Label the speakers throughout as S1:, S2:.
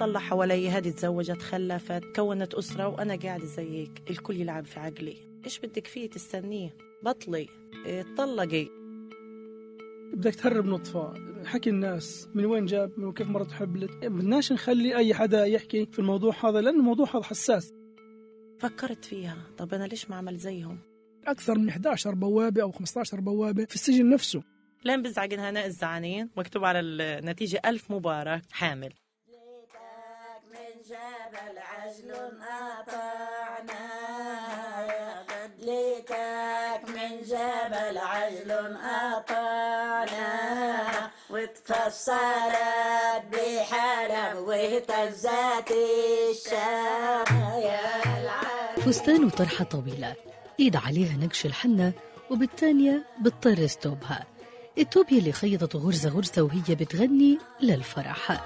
S1: طلع حوالي هذه تزوجت خلفت كونت أسرة وأنا قاعدة زي هيك الكل يلعب في عقلي. إيش بدك فيه تستنيه؟ بطلي طلقي.
S2: بدك تهرب نطفة حكي الناس من وين جاب من كيف مرت حبلت. بدناش نخلي أي حدا يحكي في الموضوع هذا لأن الموضوع هذا حساس.
S1: فكرت فيها طب أنا ليش ما عمل زيهم؟
S2: أكثر من 11 بوابة أو 15 بوابة في السجن نفسه.
S1: لين بزعجن هناء الزعانين مكتوب على النتيجة 1000 مبارك حامل.
S3: من جبل عجل قطعنا بدليتك من جبل عجل قطعنا وتفصلت بحلب واهتزت الشام.
S4: فستان وطرحة طويلة إيد عليها نقش الحنة وبالتانية بتطر ستوبها التوب يلي خيطت غرزة غرزة وهي بتغني للفرح.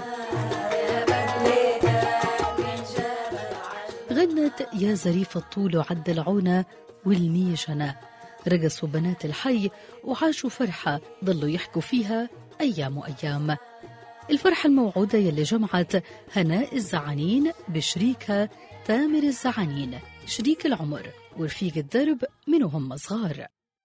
S4: غنت يا زريف الطول وعد العونة والميشنة رقصوا بنات الحي وعاشوا فرحة ضلوا يحكوا فيها أيام وأيام. الفرحة الموعودة يلي جمعت هناء الزعانين بشريكها تامر الزعانين شريك العمر ورفيق الدرب من وهم صغار.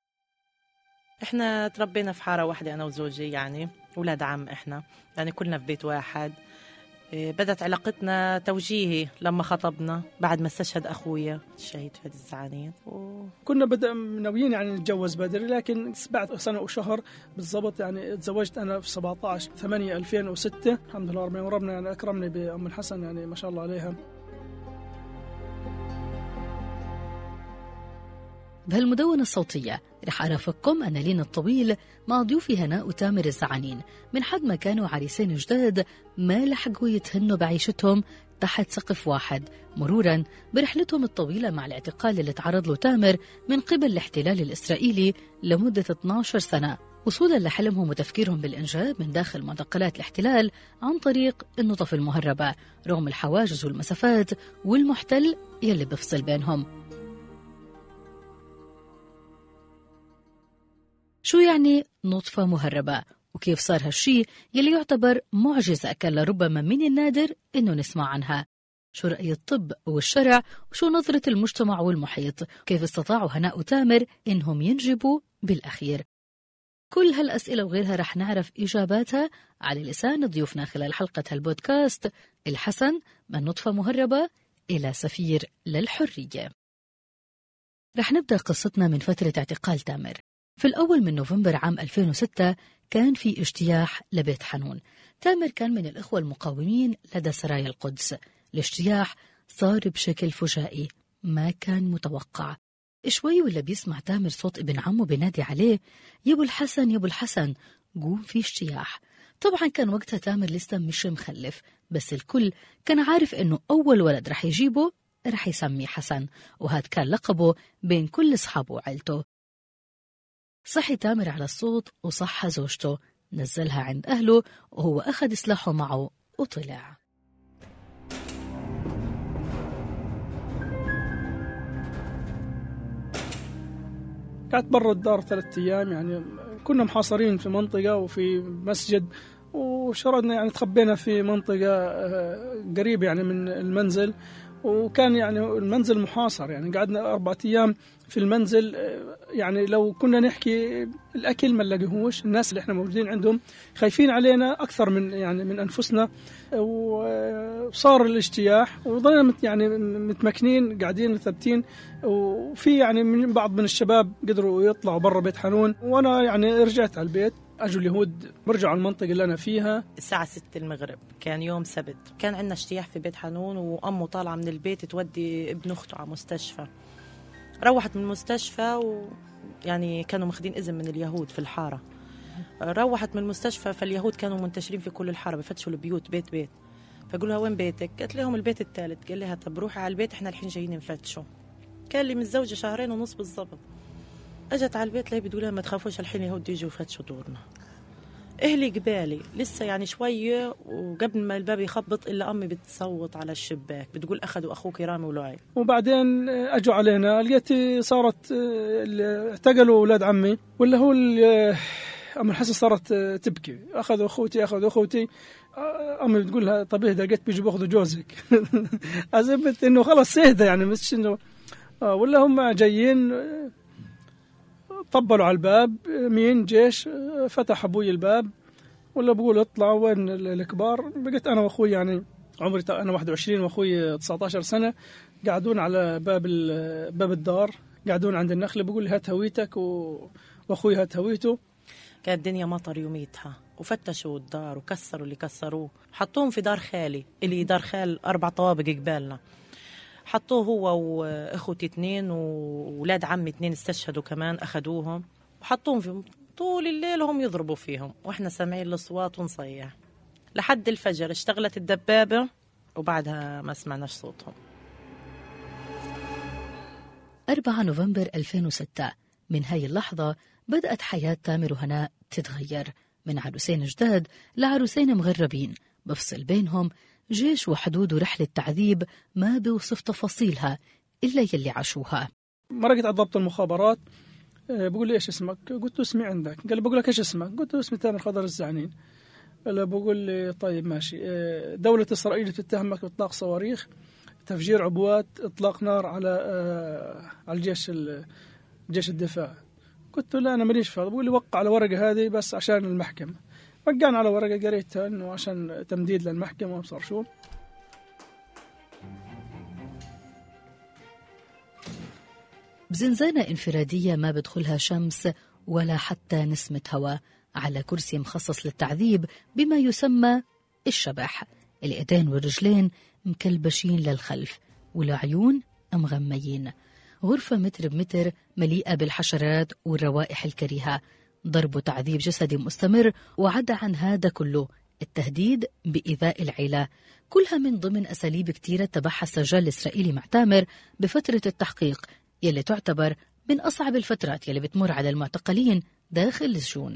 S1: احنا تربينا في حارة واحدة أنا وزوجي يعني أولاد عم احنا يعني كلنا في بيت واحد. بدت علاقتنا توجيهي لما خطبنا بعد ما استشهد أخويا الشهيد فادي الزعانين
S2: كنا بدأ ناويين يعني نتجوز بدري لكن بعد سنة وشهر بالضبط يعني تزوجت أنا في 17/8/2006 الحمد لله ربنا يعني أكرمني بأم الحسن يعني ما شاء الله عليها.
S4: بهالمدونة الصوتية رح أرافقكم أنا لين الطويل مع ضيوفي هناء وتامر الزعانين من حد ما كانوا عريسين جداد ما لحقوا يتهنوا بعيشتهم تحت سقف واحد مرورا برحلتهم الطويلة مع الاعتقال اللي تعرض له تامر من قبل الاحتلال الإسرائيلي لمدة 12 سنة وصولا لحلمهم وتفكيرهم بالإنجاب من داخل معتقلات الاحتلال عن طريق النطف المهربة رغم الحواجز والمسافات والمحتل يلي بفصل بينهم. شو يعني نطفة مهربة؟ وكيف صار هالشي يلي يعتبر معجزة كان لربما من النادر إنه نسمع عنها؟ شو رأي الطب والشرع وشو نظرة المجتمع والمحيط؟ كيف استطاعوا هناء وتامر إنهم ينجبوا بالأخير؟ كل هالأسئلة وغيرها رح نعرف إجاباتها على لسان ضيوفنا خلال حلقة هالبودكاست الحسن من نطفة مهربة إلى سفير للحرية. رح نبدأ قصتنا من فترة اعتقال تامر. في الأول من نوفمبر عام 2006 كان في اجتياح لبيت حنون. تامر كان من الإخوة المقاومين لدى سرايا القدس. الاجتياح صار بشكل فجائي ما كان متوقع. شوي ولا بيسمع تامر صوت ابن عمه بينادي عليه يا أبو الحسن يا أبو الحسن قوم في اجتياح. طبعا كان وقتها تامر لسه مش مخلف بس الكل كان عارف إنه أول ولد رح يجيبه رح يسميه حسن وهذا كان لقبه بين كل أصحابه وعيلته. صحي تامر على الصوت وصح زوجته نزلها عند أهله وهو أخذ سلاحه معه وطلع.
S2: قعدت برا الدار 3 أيام يعني كنا محاصرين في منطقة وفي مسجد وشردنا يعني تخبينا في منطقة قريبة يعني من المنزل وكان يعني المنزل محاصر يعني قعدنا 4 أيام في المنزل. يعني لو كنا نحكي الأكل ما نلاقيهوش الناس اللي احنا موجودين عندهم خايفين علينا أكثر من أنفسنا وصار الاجتياح وظلنا يعني متمكنين قاعدين ثابتين وفي يعني من بعض من الشباب قدروا يطلعوا برا بيت حنون وأنا يعني رجعت على البيت. أجوا اليهود برجعوا المنطقة اللي أنا فيها
S1: الساعة 6 المغرب كان يوم سبت. كان عندنا اجتياح في بيت حنون وأمه طالعة من البيت تودي ابن أخته على مستشفى. روحت من المستشفى ويعني كانوا ماخذين إذن من اليهود في الحارة. روحت من المستشفى فاليهود كانوا منتشرين في كل الحارة بفتشوا البيوت بيت بيت. فقولها وين بيتك؟ قلت لهم البيت الثالث. قال لها طب روحي على البيت احنا الحين جايين نفتشوا. كان لي متزوجة 2.5 شهر بالضبط. اجت على البيت لي بتقولها ما تخافوش الحين اليهود يجوا يفتشوا دورنا. اهلي قبالي لسه يعني شويه وقبل ما الباب يخبط الا امي بتصوت على الشباك بتقول اخذوا اخوك رامي ولعي.
S2: وبعدين اجوا علينا لقيت صارت اعتقلوا اولاد عمي ولا هو أم الحسن صارت تبكي، أخذوا أخوتي. أمي بتقول لها طب إهدى، قلت بيجوا بأخذوا جوزك. أزبت إنه خلاص إهدى، يعني مش إنه ولا هم جايين طبلوا على الباب، مين جيش فتح أبوي الباب، ولا بقول اطلعوا وين الكبار. بقيت أنا وأخوي، يعني عمري أنا 21 وأخوي 19 سنة، قاعدون على باب الدار، قاعدون عند النخلة. بقول لي هات هويتك وأخوي هات هويته.
S1: كانت الدنيا مطر يوميتها، وفتشوا الدار وكسروا اللي كسروه، حطوهم في دار خالي، اللي دار خال 4 طوابق قبالنا. حطوه هو وأخوتي 2 وولاد عمي 2 استشهدوا كمان، أخدوهم وحطوهم في طول الليل وهم يضربوا فيهم، وإحنا سامعين الأصوات ونصيح لحد الفجر. اشتغلت الدبابة وبعدها ما سمعناش صوتهم.
S4: 4 نوفمبر 2006، من هاي اللحظة بدأت حياة تامر وهناء تتغير، من عروسين جداد لعروسين مغربين، بفصل بينهم جيش وحدود ورحلة تعذيب ما بيوصف تفاصيلها إلا يلي عاشوها.
S2: مرقت على ضبط المخابرات، بقول لي إيش اسمك؟ قلت له اسمي عندك. قال لي بقول لك إيش اسمك؟ قلت له اسمي تامر خضر الزعنين. قال بقول لي طيب ماشي، دولة إسرائيل بتتهمك بإطلاق صواريخ، تفجير عبوات، إطلاق نار على جيش الدفاع. قلت له لا أنا ماليش فاضي. بقول لي وقع على ورقة هذه بس عشان المحكمة. وقعنا على ورقة، قريتها إنه عشان تمديد للمحكمة وابصر شو.
S4: بزنزانة انفرادية ما بدخلها شمس ولا حتى نسمة هواء، على كرسي مخصص للتعذيب بما يسمى الشبح، الإيدين والرجلين مكلبشين للخلف والعيون مغميين، غرفة متر بمتر مليئة بالحشرات والروائح الكريهة، ضرب وتعذيب جسدي مستمر، وعدا عن هذا كله التهديد بإيذاء العيلة، كلها من ضمن أساليب كتيرة تبعها السجال الإسرائيلي مع تامر بفترة التحقيق، يلي تعتبر من أصعب الفترات يلي بتمر على المعتقلين داخل السجون.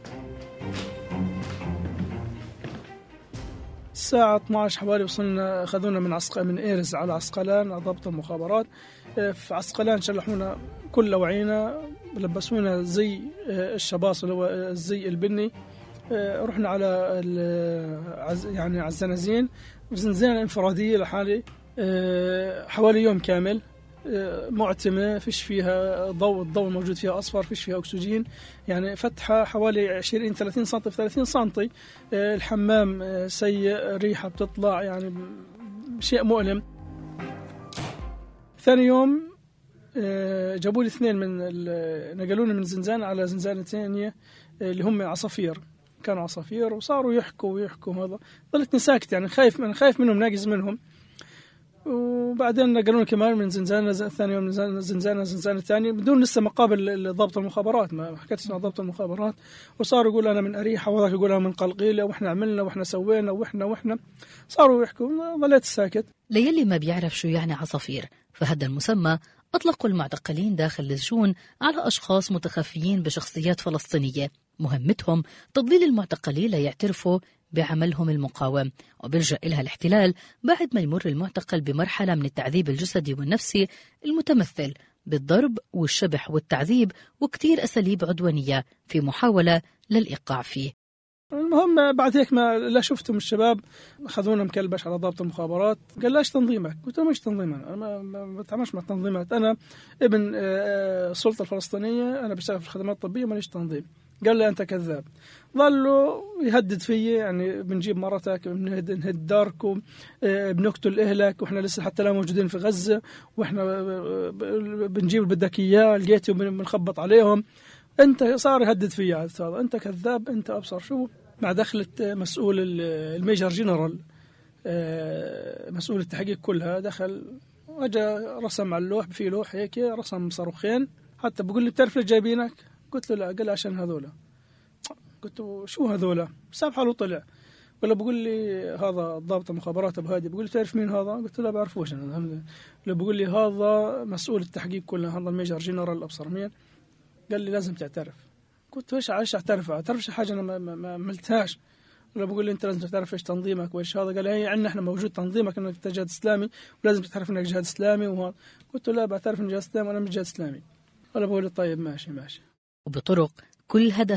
S2: الساعة 12 حوالي وصلنا، أخذونا من إيرز على عسقلان، على ضبط المخابرات. في عسقلان شلحونا كل وعينا، لبسونا زي الشباص اللي هو الزي البني. رحنا على يعني على الزنازين، زنزانة انفرادية لحالي، حوالي يوم كامل، معتمة، فيش فيها ضوء، الضوء الموجود فيها أصفر، فيش فيها أكسجين، يعني فتحة حوالي 20-30 سنتي في 30 سنتي. الحمام سيء، ريحة بتطلع، يعني شيء مؤلم. ثاني يوم جابوا لي 2 نقلوني من زنزانة على زنزانة ثانية اللي هم عصافير، كانوا عصافير وصاروا يحكوا هذا. ضلتني ساكت، يعني خايف منهم، ناقز منهم. وبعدين نقلونا كمان من زنزانة ثاني يوم زنزانة ثانية بدون لسه مقابل ضبط المخابرات، ما حكيت اسمع ضبط المخابرات. وصاروا يقول أنا من أريحة، وذاك يقول أنا من قلقيلة، وإحنا عملنا وإحنا سوينا وإحنا صاروا يحكوا. ظليت ساكت.
S4: ليلي ما بيعرف شو يعني عصافير، فهذا المسمى أطلقوا المعتقلين داخل السجون على أشخاص متخفيين بشخصيات فلسطينية، مهمتهم تضليل المعتقلين ليعترفوا بعملهم المقاوم، وبيلجأ إلها الاحتلال بعد ما يمر المعتقل بمرحلة من التعذيب الجسدي والنفسي المتمثل بالضرب والشبح والتعذيب وكتير أساليب عدوانية في محاولة للإيقاع فيه.
S2: المهم بعد هيك ما لا شفتهم الشباب، أخذونا مكلبش على ضابط المخابرات. قال لاش تنظيمك؟ قلت له مش تنظيم، أنا ما بتعاملش مع التنظيمات، أنا ابن السلطة الفلسطينية، أنا بشتغل في الخدمات الطبية، ماليش تنظيم. قال لي أنت كذاب. ظلوا يهدد فيي، يعني بنجيب مرتك، بنهد داركم، بنقتل أهلك، وإحنا لسه حتى لا موجودين في غزة، وإحنا بنجيب اللي بدك إياه، لقيته بنخبط عليهم. أنت صار يهدد فيي هذا، أنت كذاب، أنت أبصر شو. مع دخلة مسؤول الميجر جنرال، مسؤول التحقيق كلها، دخل وجا رسم على اللوح، في لوح هيك رسم صاروخين، حتى بقول لي بتعرف ليش جايبينك؟ قلت له لا. قال عشان هذولا. قلت له شو هذولا؟ ساب حاله طلع. ولا بقول لي هذا ضابط المخابرات ابو هادي. بقول لي تعرف مين هذا؟ قلت له لا بعرفوش انا. بقول لي هذا مسؤول التحقيق كله، هذا الميجر جنرال ابصر مين. قال لي لازم تعترف. قلت له ايش اعترفش حاجه انا ما عملتهاش. ولا بقول لي انت لازم تعرف ايش تنظيمك وايش هذا. قال لي عندنا احنا موجود تنظيمك انك جهاد اسلامي، ولازم تعرف انك جهاد اسلامي وهذا. قلت له لا بعترف اني جهاد اسلامي وانا مش جهاد اسلامي. ولا بقول لي طيب ماشي.
S4: وبطرق كلها دهاء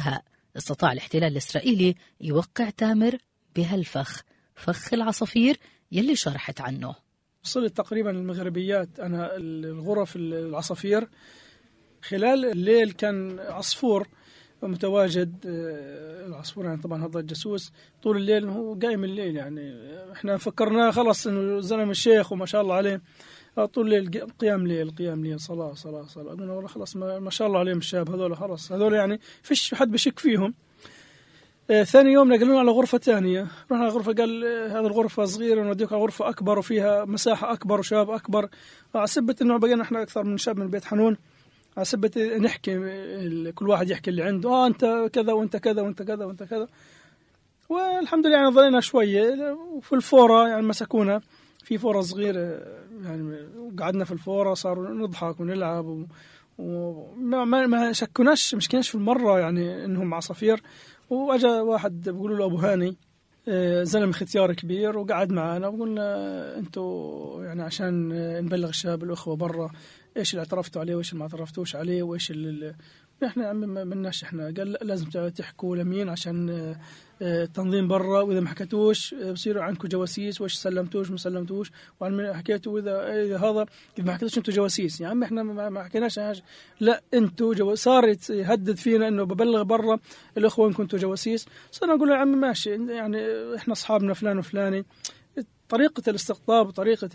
S4: استطاع الاحتلال الإسرائيلي يوقع تامر بهالفخ، فخ العصافير يلي شرحت عنه.
S2: وصلت تقريبا المغربيات أنا الغرف العصافير. خلال الليل كان عصفور متواجد، العصفور يعني طبعا هذا الجاسوس طول الليل، هو قايم الليل يعني احنا فكرناه خلص انه زلمه الشيخ وما شاء الله عليه طول الليل قيام ليل صلاه قلنا والله خلاص ما شاء الله عليهم الشباب هذول، خلاص هذول يعني فيش حد بشك فيهم. ثاني يوم نقلونا على غرفة ثانية، رحنا على غرفة قال هذه الغرفة صغيرة ونوديك على غرفة أكبر وفيها مساحة أكبر وشباب أكبر. عسبت إنه بقينا إحنا أكثر من شاب من بيت حنون، عسبت نحكي كل واحد يحكي اللي عنده، أنت كذا وأنت كذا وأنت كذا وأنت كذا. والحمد لله يعني ظلينا شوية وفي الفورة يعني مسكونا في فورة صغيرة يعني، وقعدنا في الفورة صاروا نضحك ونلعب وما شكوناش مش كناش في المرة يعني إنهم عصافير. وأجا واحد بيقولوا له أبو هاني، زلمة ختيار كبير، وقعد معنا وقلنا أنتوا يعني عشان نبلغ الشباب الأخوة برا إيش اللي اعترفتوا عليه وإيش اللي ما اعترفتوش عليه وإيش اللي إحنا عم مناش. إحنا قال لازم تحكوا لمين عشان التنظيم برا، وإذا ما حكيتوش بصيروا عندكم جواسيس، وإيش سلمتوش ما سلمتوش وعن من حكيتوا، وإذا هذا إذا ما حكيتوش أنتوا جواسيس. يا عم إحنا ما حكيناش حاجة، لا أنتوا صارت يهدد فينا إنه ببلغ برا الأخوة إن كنتوا جواسيس. صرنا نقول يا عم ماشي يعني إحنا أصحابنا فلان وفلاني. طريقة الاستقطاب وطريقة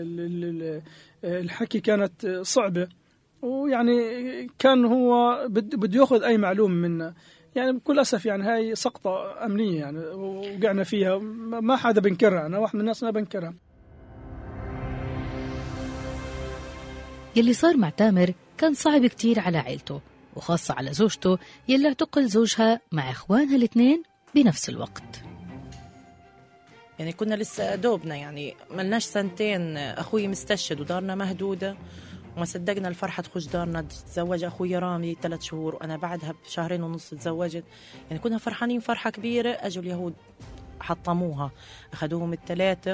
S2: الحكي كانت صعبة، ويعني كان هو بده يأخذ أي معلومة منا يعني. بكل أسف يعني هاي سقطة أمنية يعني وقعنا فيها، ما حدا بنكرها، أنا واحد من الناس ما بنكرها.
S4: يلي صار مع تامر كان صعب كتير على عيلته، وخاصة على زوجته يلي اعتقل زوجها مع إخوانها الاثنين بنفس الوقت.
S1: يعني كنا لسه دوبنا يعني ملناش سنتين أخوي مستشهد ودارنا مهدودة، وما صدقنا الفرحة تخش دارنا. تزوج أخوي رامي 3 شهور وأنا بعدها بشهرين ونص تزوجت. يعني كنا فرحانين فرحة كبيرة. أجوا اليهود حطموها، أخذوهم ال3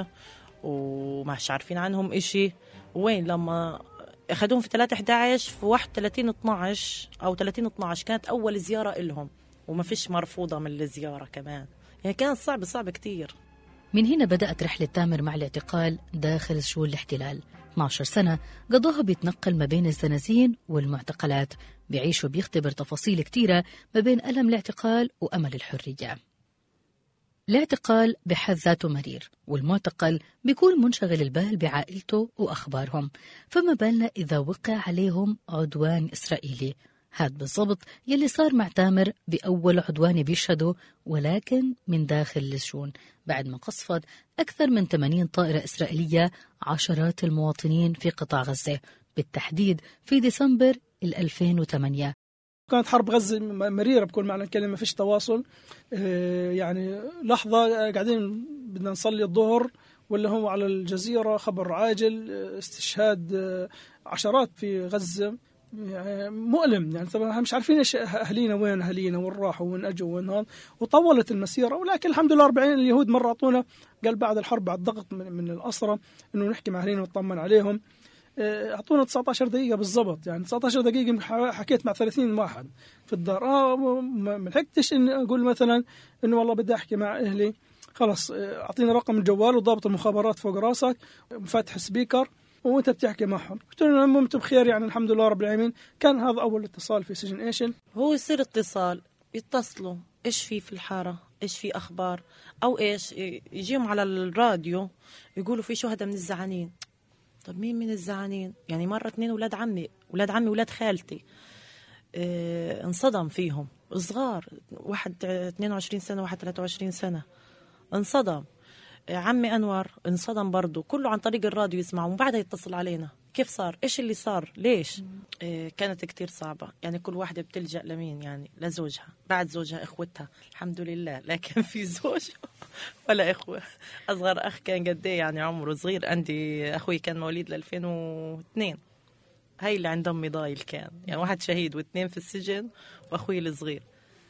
S1: وماش عارفين عنهم إشي. وين لما أخذوهم في 3/11 في 31/12 أو 30/12 كانت أول زيارة إلهم، وما فيش مرفوضة من الزيارة كمان. يعني كانت صعب كتير.
S4: من هنا بدأت رحلة تامر مع الاعتقال داخل سجون الاحتلال. 12 سنة قضاها بيتنقل ما بين الزنازين والمعتقلات، بيعيش وبيختبر تفاصيل كتيرة ما بين ألم الاعتقال وأمل الحرية. الاعتقال بحد ذاته مرير، والمعتقل بيكون منشغل البال بعائلته وأخبارهم، فما بالنا إذا وقع عليهم عدوان إسرائيلي. هاد بالضبط يلي صار مع تامر بأول عدوان بيشهده، ولكن من داخل السجون بعد ما قصفت أكثر من 80 طائرة إسرائيلية عشرات المواطنين في قطاع غزة، بالتحديد في ديسمبر 2008.
S2: كانت حرب غزة مريرة بكل معنى الكلمة، ما فيش تواصل. يعني لحظة قاعدين بدنا نصلي الظهر ولا هو على الجزيرة خبر عاجل استشهاد عشرات في غزة. يعني مؤلم يعني، طبعا مش عارفين ايش اهلينا وين اهلينا وين راحوا وين اجوا وين هون. وطولت المسيره، ولكن الحمد لله 40 اليهود مره اعطونا قال بعد الحرب بعد ضغط من الاسرى انه نحكي مع اهلينا ونطمن عليهم. اعطونا 19 دقيقه بالضبط، يعني 19 دقيقه حكيت مع 30 واحد في الدار. ما لحقتش اني اقول مثلا انه والله بدي احكي مع اهلي. خلص اعطينا رقم الجوال وضابط المخابرات فوق راسك مفاتح سبيكر وانت بتحكي معهم. قلت لهم انتم بخير يعني الحمد لله رب العالمين. كان هذا اول اتصال في سجن ايشل.
S1: هو يصير اتصال، يتصلوا ايش في الحاره، ايش في اخبار او ايش، يجيهم على الراديو يقولوا في شهداء من الزعانين. طب مين من الزعانين؟ يعني مرة 2 ولاد عمي ولاد خالتي انصدم فيهم صغار، واحد 22 سنة واحد 23 سنة انصدم. عمي أنور انصدم برضو، كله عن طريق الراديو يسمعه وبعدها يتصل علينا كيف صار، إيش اللي صار، ليش. كانت كتير صعبة يعني. كل واحدة بتلجأ لمين يعني؟ لزوجها، بعد زوجها إخوتها الحمد لله، لكن في زوج ولا إخوة. أصغر أخ كان قد إيه يعني عمره صغير، عندي أخوي كان مواليد 2002. هاي اللي عند أمي ضايل كان يعني، واحد شهيد و2 في السجن وأخوي الصغير.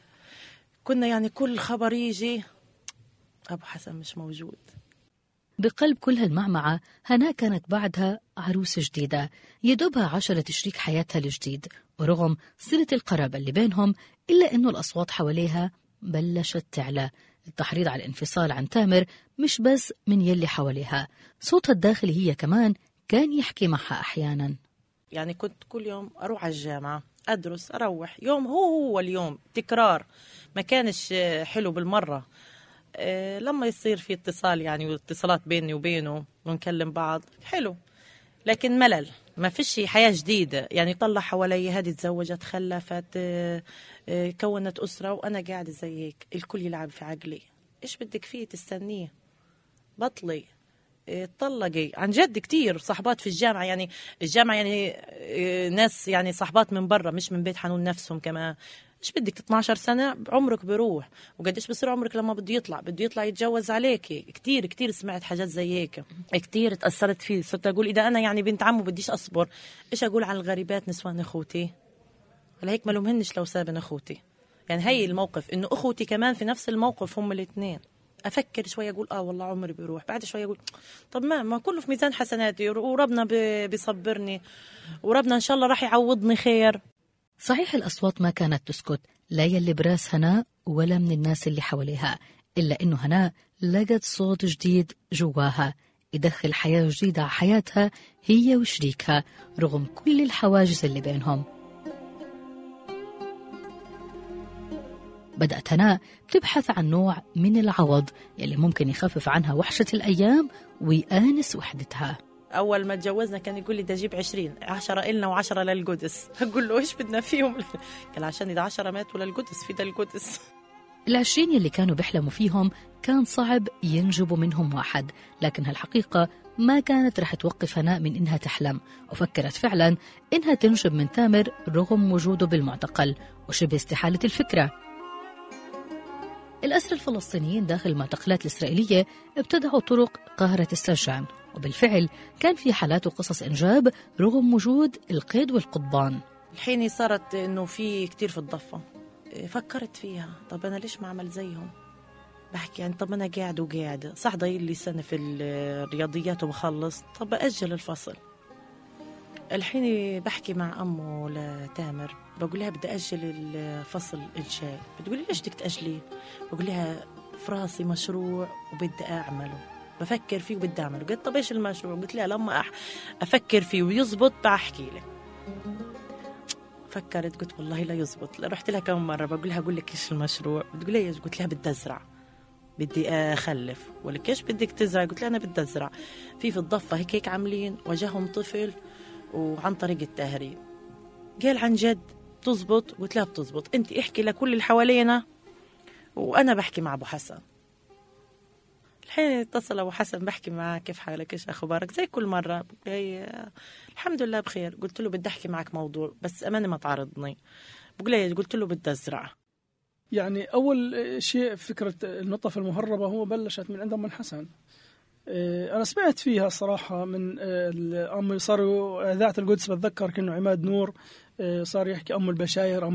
S1: كنا يعني كل خبر يجي أبو حسن مش موجود.
S4: بقلب كل هالمعمعة هناء كانت بعدها عروس جديدة يدوبها 10 شريك حياتها الجديد، ورغم صلة القرابة اللي بينهم إلا أنه الأصوات حواليها بلشت تعلى. التحريض على الانفصال عن تامر مش بس من يلي حواليها، صوتها الداخلي هي كمان كان يحكي معها أحيانا.
S1: يعني كنت كل يوم أروح على الجامعة أدرس أروح، يوم هو اليوم تكرار، ما كانش حلو بالمرة. لما يصير في اتصال يعني واتصالات بيني وبينه ونكلم بعض حلو، لكن ملل، ما فيش حياة جديدة. يعني طلع حوالي هذه تزوجت خلفت كونت أسرة وأنا قاعدة زي هيك، الكل يلعب في عقلي. إيش بدك فيه تستنيه؟ بطلي طلقي. عن جد كتير صحبات في الجامعة، يعني الجامعة يعني ناس يعني صحبات من برا مش من بيت حنون نفسهم كمان. ايش بدك 12 سنة عمرك بروح، وقديش بصير عمرك لما بده يطلع يتجوز عليكي. كتير سمعت حاجات زي هيك، كتير تأثرت فيه. صرت أقول إذا أنا يعني بنت عمو بديش أصبر، إيش أقول عن الغريبات نسوان أخوتي؟ ولا هيك ما لهمنش لو سابن أخوتي. يعني هي الموقف إنه أخوتي كمان في نفس الموقف هم الاثنين. أفكر شوي أقول والله عمري بيروح، بعد شوي أقول طب ما كله في ميزان حسناتي، وربنا بيصبرني، وربنا إن شاء الله راح يعوضني خير.
S4: صحيح الأصوات ما كانت تسكت، لا يلي براس هناء ولا من الناس اللي حواليها، إلا إنه هناء لقت صوت جديد جواها يدخل حياة جديدة على حياتها هي وشريكها رغم كل الحواجز اللي بينهم. بدأت هناء تبحث عن نوع من العوض يلي ممكن يخفف عنها وحشة الأيام ويآنس وحدتها.
S1: أول ما تجوزنا كان يقول لي ده جيب 20 10 إلنا و10 للقدس. أقول له إيش بدنا فيهم؟ قال عشان إذا 10 ماتوا للقدس في ده القدس.
S4: 20 يلي كانوا بيحلموا فيهم كان صعب ينجبوا منهم واحد، لكن هالحقيقة ما كانت رح توقف هناء من إنها تحلم، وفكرت فعلا إنها تنجب من تامر رغم وجوده بالمعتقل وشبه استحالة الفكرة. الأسرى الفلسطينيين داخل المعتقلات الإسرائيلية ابتدعوا طرق قهرة السجان، وبالفعل كان في حالات وقصص إنجاب رغم وجود القيد والقضبان.
S1: الحين صارت إنه في كتير في الضفة. فكرت فيها، طب أنا ليش ما أعمل زيهم؟ بحكي يعني طب أنا قاعد صح ضايل لي سنة في الرياضيات وبخلص، طب أجل الفصل. الحين بحكي مع أمه لتامر بقول لها بدي أجل الفصل الجاي. بتقولي ليش بدك تأجلي؟ بقول لها في راسي مشروع وبدي أعمله، بفكر فيه وبدي أعمله. قلت طب إيش المشروع؟ قلت لها لما أفكر فيه ويزبط بحكي لك. فكرت قلت والله لا يزبط. رحت لها كم مرة بقول لها أقول لك إيش المشروع؟ بتقول لي إيش؟ قلت لها بدي أزرع، بدي أخلف. ولك إيش بدك تزرع؟ قلت لها أنا بدي أزرع. في الضفة هيك عاملين وجههم طفل وعن طريق التهريب. قال عن جد تزبط؟ قلت لها بتزبط، انت احكي لكل اللي حوالينا وانا بحكي مع ابو حسن. الحين اتصل ابو حسن بحكي معاه كيف حالك ايش اخبارك زي كل مره. الحمد لله بخير. قلت له بدي احكي معك موضوع بس امانه ما تعرضني. بقول لي قلت له بدي ازرع.
S2: يعني اول شيء فكره النطف المهربه هو بلشت من عند ام حسن. أنا سمعت فيها صراحة من أم صاروا إذاعة القدس بتذكر كأنه عماد نور صار يحكي أم البشاير.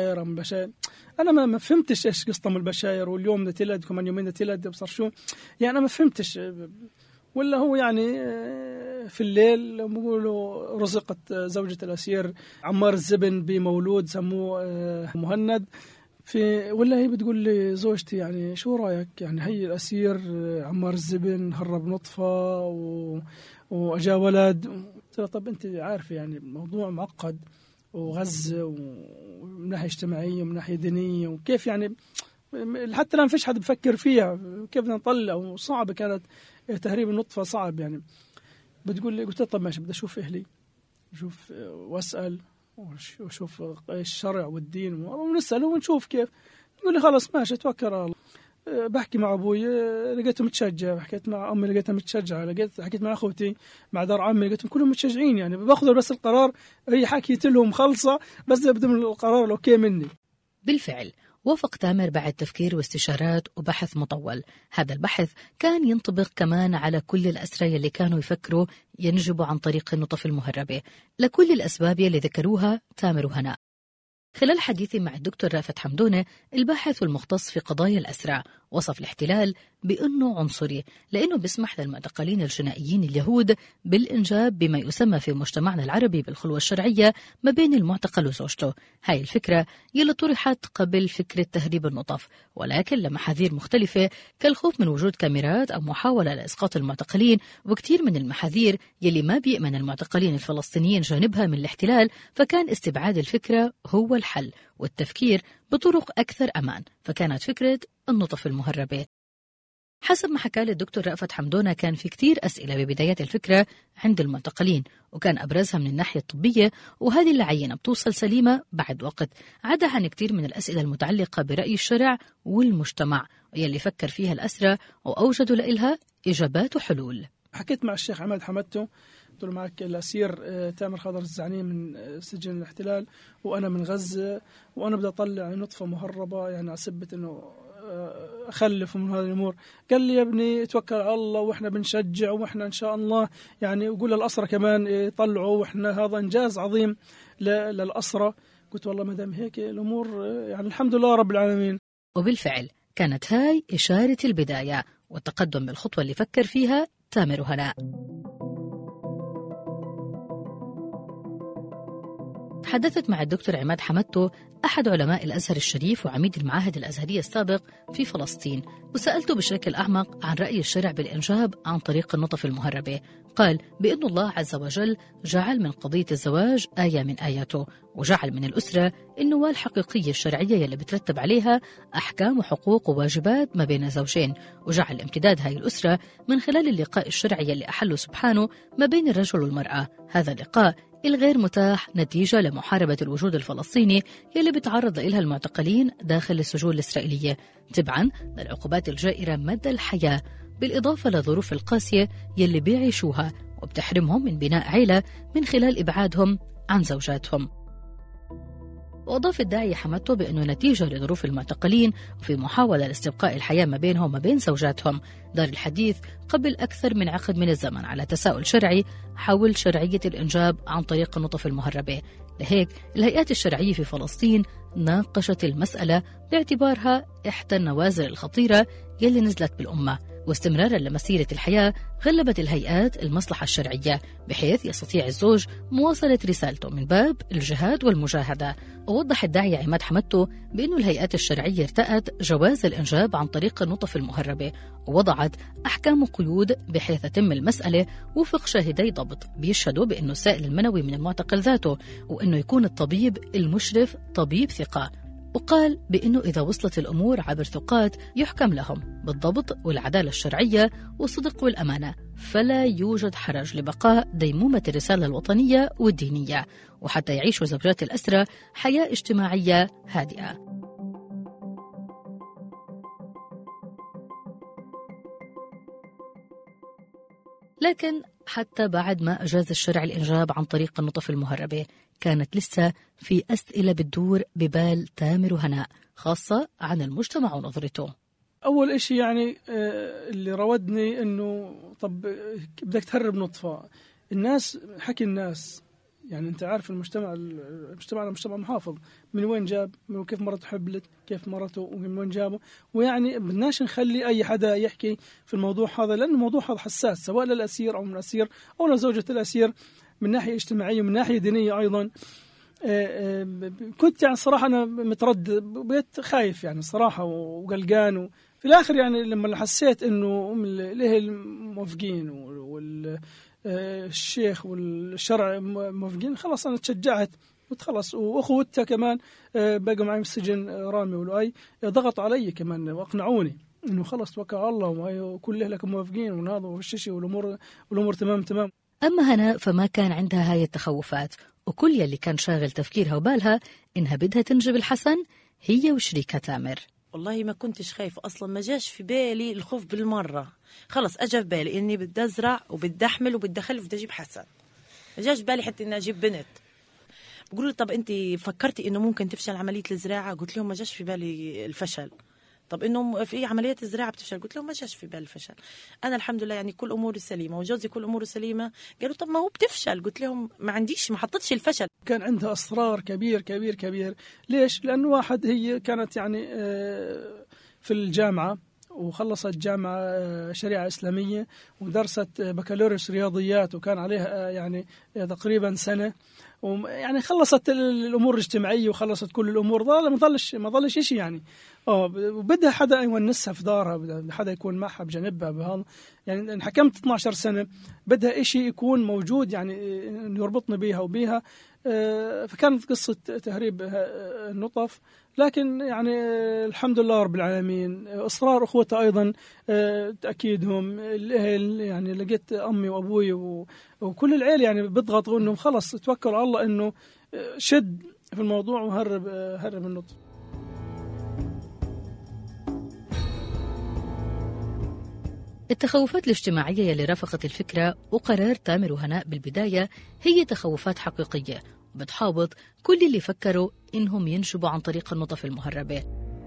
S2: أنا ما فهمتش إيش قصة أم البشاير، واليوم ده تلد كمان يومين ده تلد بصار شو يعني. أنا ما فهمتش، ولا هو يعني في الليل بيقولوا رزقت زوجة الأسير عمار الزبن بمولود سموه مهند ولا هي بتقول لي زوجتي يعني شو رأيك يعني هي الأسير عمار الزبن هرب نطفة وأجا ولد. قلت لها طب أنت عارفة يعني موضوع معقد وغز ومن ناحية اجتماعية ومن ناحية دينية، وكيف يعني حتى الآن فيش حد بفكر فيها كيف نطلع، وصعبة كانت تهريب النطفة صعب يعني. بتقول لي قلت لها طب ماشي بدي أشوف أهلي أشوف وأسأل وشوف الشرع والدين ونسأله ونشوف كيف. يقول لي خلاص ماشي توكل على الله. بحكي مع أبوي لقيته متشجع، حكيت مع أمي لقيتها متشجعة، حكيت مع أخوتي مع دار عمي لقيتهم كلهم متشجعين يعني باخذوا بس القرار. هي حكيت لهم خلصة بس بدهم القرار الأوكي مني.
S4: بالفعل وافق تامر بعد تفكير واستشارات وبحث مطول. هذا البحث كان ينطبق كمان على كل الأسرى اللي كانوا يفكروا ينجبوا عن طريق النطف المهربة لكل الأسباب اللي ذكروها تامر وهناء. خلال حديثي مع الدكتور رافت حمدونة الباحث والمختص في قضايا الأسرى، وصف الاحتلال بأنه عنصري لأنه بيسمح للمعتقلين الجنائيين اليهود بالإنجاب بما يسمى في مجتمعنا العربي بالخلوة الشرعية ما بين المعتقل وزوجته. هاي الفكرة يلي طرحت قبل فكرة تهريب النطف، ولكن لمحاذير مختلفة كالخوف من وجود كاميرات أو محاولة لإسقاط المعتقلين وكتير من المحاذير يلي ما بيأمن المعتقلين الفلسطينيين جانبها من الاحتلال، فكان استبعاد الفكرة هو الحل والتفكير بطرق أكثر أمان، فكانت فكرة النطف المهربة. حسب ما حكى لي الدكتور رأفت حمدونة كان في كتير أسئلة ببدايات الفكرة عند المعتقلين، وكان أبرزها من الناحية الطبية، وهذه العينة بتوصل سليمة بعد وقت، عدا عن كتير من الأسئلة المتعلقة برأي الشرع والمجتمع يلي فكر فيها الأسرى وأوجدوا لها إجابات وحلول.
S2: حكيت مع الشيخ عماد حمدته، قلت له معك الأسير تامر خضر الزعني من سجن الاحتلال وأنا من غزة، وأنا بدي أطلع نطفة مهربة يعني أثبت إنه أخلف من هذه الأمور. قال لي يا ابني توكل على الله وإحنا بنشجع وإحنا إن شاء الله يعني وقول للأسرة كمان يطلعوا، وإحنا هذا إنجاز عظيم للأسرة. قلت والله ما دام هيك الأمور يعني الحمد لله رب العالمين.
S4: وبالفعل كانت هاي إشارة البداية والتقدم بالخطوة اللي فكر فيها تامر وهناء. تحدثت مع الدكتور عماد حمدته أحد علماء الأزهر الشريف وعميد المعاهد الأزهرية السابق في فلسطين، وسألته بشكل أعمق عن رأي الشرع بالإنجاب عن طريق النطف المهربة. قال بأن الله عز وجل جعل من قضية الزواج آية من آياته، وجعل من الأسرة النواة الحقيقية الشرعية يلي بترتب عليها أحكام وحقوق وواجبات ما بين الزوجين، وجعل امتداد هاي الأسرة من خلال اللقاء الشرعي يلي أحله سبحانه ما بين الرجل والمرأة. هذا اللقاء الغير متاح نتيجة لمحاربة الوجود الفلسطيني يلي بيتعرض لها المعتقلين داخل السجون الإسرائيلية تبعاً للعقوبات الجائرة مدى الحياة، بالإضافة للظروف القاسية يلي بيعيشوها وبتحرمهم من بناء عيلة من خلال إبعادهم عن زوجاتهم. وأضاف الداعية حمدته بأنه نتيجة لظروف المعتقلين وفي محاولة لاستبقاء الحياة ما بينهم وما بين زوجاتهم، دار الحديث قبل أكثر من عقد من الزمن على تساؤل شرعي حول شرعية الإنجاب عن طريق النطف المهربة. لهيك الهيئات الشرعية في فلسطين ناقشت المسألة باعتبارها إحدى النوازل الخطيرة يلي نزلت بالأمة، واستمرارا لمسيرة الحياة غلبت الهيئات المصلحة الشرعية بحيث يستطيع الزوج مواصلة رسالته من باب الجهاد والمجاهدة. ووضح الداعية عماد حمدته بأن الهيئات الشرعية ارتأت جواز الإنجاب عن طريق النطف المهربة، ووضعت أحكام وقيود بحيث تتم المسألة وفق شاهدي ضبط بيشهدوا بأنه السائل المنوي من المعتقل ذاته، وأنه يكون الطبيب المشرف طبيب ثقة. وقال بأنه إذا وصلت الأمور عبر ثقات يحكم لهم بالضبط والعدالة الشرعية والصدق والأمانة، فلا يوجد حرج لبقاء ديمومة الرسالة الوطنية والدينية، وحتى يعيشوا زوجات الأسرى حياة اجتماعية هادئة. لكن حتى بعد ما أجاز الشرع الإنجاب عن طريق النطف المهربة كانت لسه في أسئلة بتدور ببال تامر وهناء، خاصة عن المجتمع ونظرته.
S2: أول إشي يعني اللي راودني إنه طب بدك تهرب نطفة، الناس حكي الناس يعني أنت عارف المجتمع مجتمع محافظ، من وين جاب، من كيف مرته حبلت، كيف مرته ومن وين جابه، ويعني بدناش نخلي أي حدا يحكي في الموضوع هذا، لأن الموضوع هذا حساس سواء للأسير أو من الأسير أو لزوجة الأسير من ناحية اجتماعية ومن ناحية دينية أيضا. كنت يعني صراحة أنا متردد، بقيت خايف يعني صراحة وقلقان، في الآخر يعني لما حسيت إنه الأهل موافقين والشيخ والشرع موافقين خلاص أنا تشجعت وتخلص. وأخوتها كمان بقوا معي في السجن رامي ولؤي ضغطوا علي كمان وأقنعوني إنه خلاص توكل على الله وكل أهلك موافقين ونهضوا وفششي والأمور تمام.
S4: أما هنا فما كان عندها هاي التخوفات، وكل يلي كان شاغل تفكيرها وبالها إنها بدها تنجب الحسن هي وشريكها تامر.
S1: والله ما كنتش خايف أصلا، ما جاش في بالي الخوف بالمرة، خلص أجا في بالي إني بدي أزرع وبدي أحمل وبدي أخلف وبدي أجيب حسن، ما جاش بالي حتى إني أجيب بنت. بقولوا طب أنت فكرتي إنه ممكن تفشل عملية الزراعة؟ قلت لهم ما جاش في بالي الفشل. طب إنه في عملية الزراعة بتفشل؟ قلت لهم ما جاش في بالي الفشل، أنا الحمد لله يعني كل أموري سليمة وجوزي كل أموره سليمة. قالوا طب ما هو بتفشل، قلت لهم ما حطتش الفشل.
S2: كان عندها إصرار كبير كبير كبير. ليش؟ لأنه واحد هي كانت يعني في الجامعة وخلصت جامعة شريعة إسلامية ودرست بكالوريوس رياضيات وكان عليها يعني تقريبا سنة، ويعني خلصت الأمور الاجتماعية وخلصت كل الأمور. ما ظلش شيء يعني. وبدها حدا يونسها في دارها، بدها حدا يكون معها بجانبها بهذا. يعني حكمت 12 سنة، بدها إشي يكون موجود يعني يربطني بيها وبيها. فكانت قصة تهريب النطف، لكن يعني الحمد لله رب العالمين إصرار أخوتها أيضا، تأكيدهم الأهل. يعني لقيت أمي وأبوي وكل العيلة يعني بيضغطوا إنهم خلص توكلوا على الله إنه شد في الموضوع وهرب النطف.
S4: التخوفات الاجتماعية يلي رافقت الفكرة وقرار تامر وهناء بالبداية هي تخوفات حقيقية وبتحابط كل اللي فكروا إنهم ينشبوا عن طريق النطف المهربة.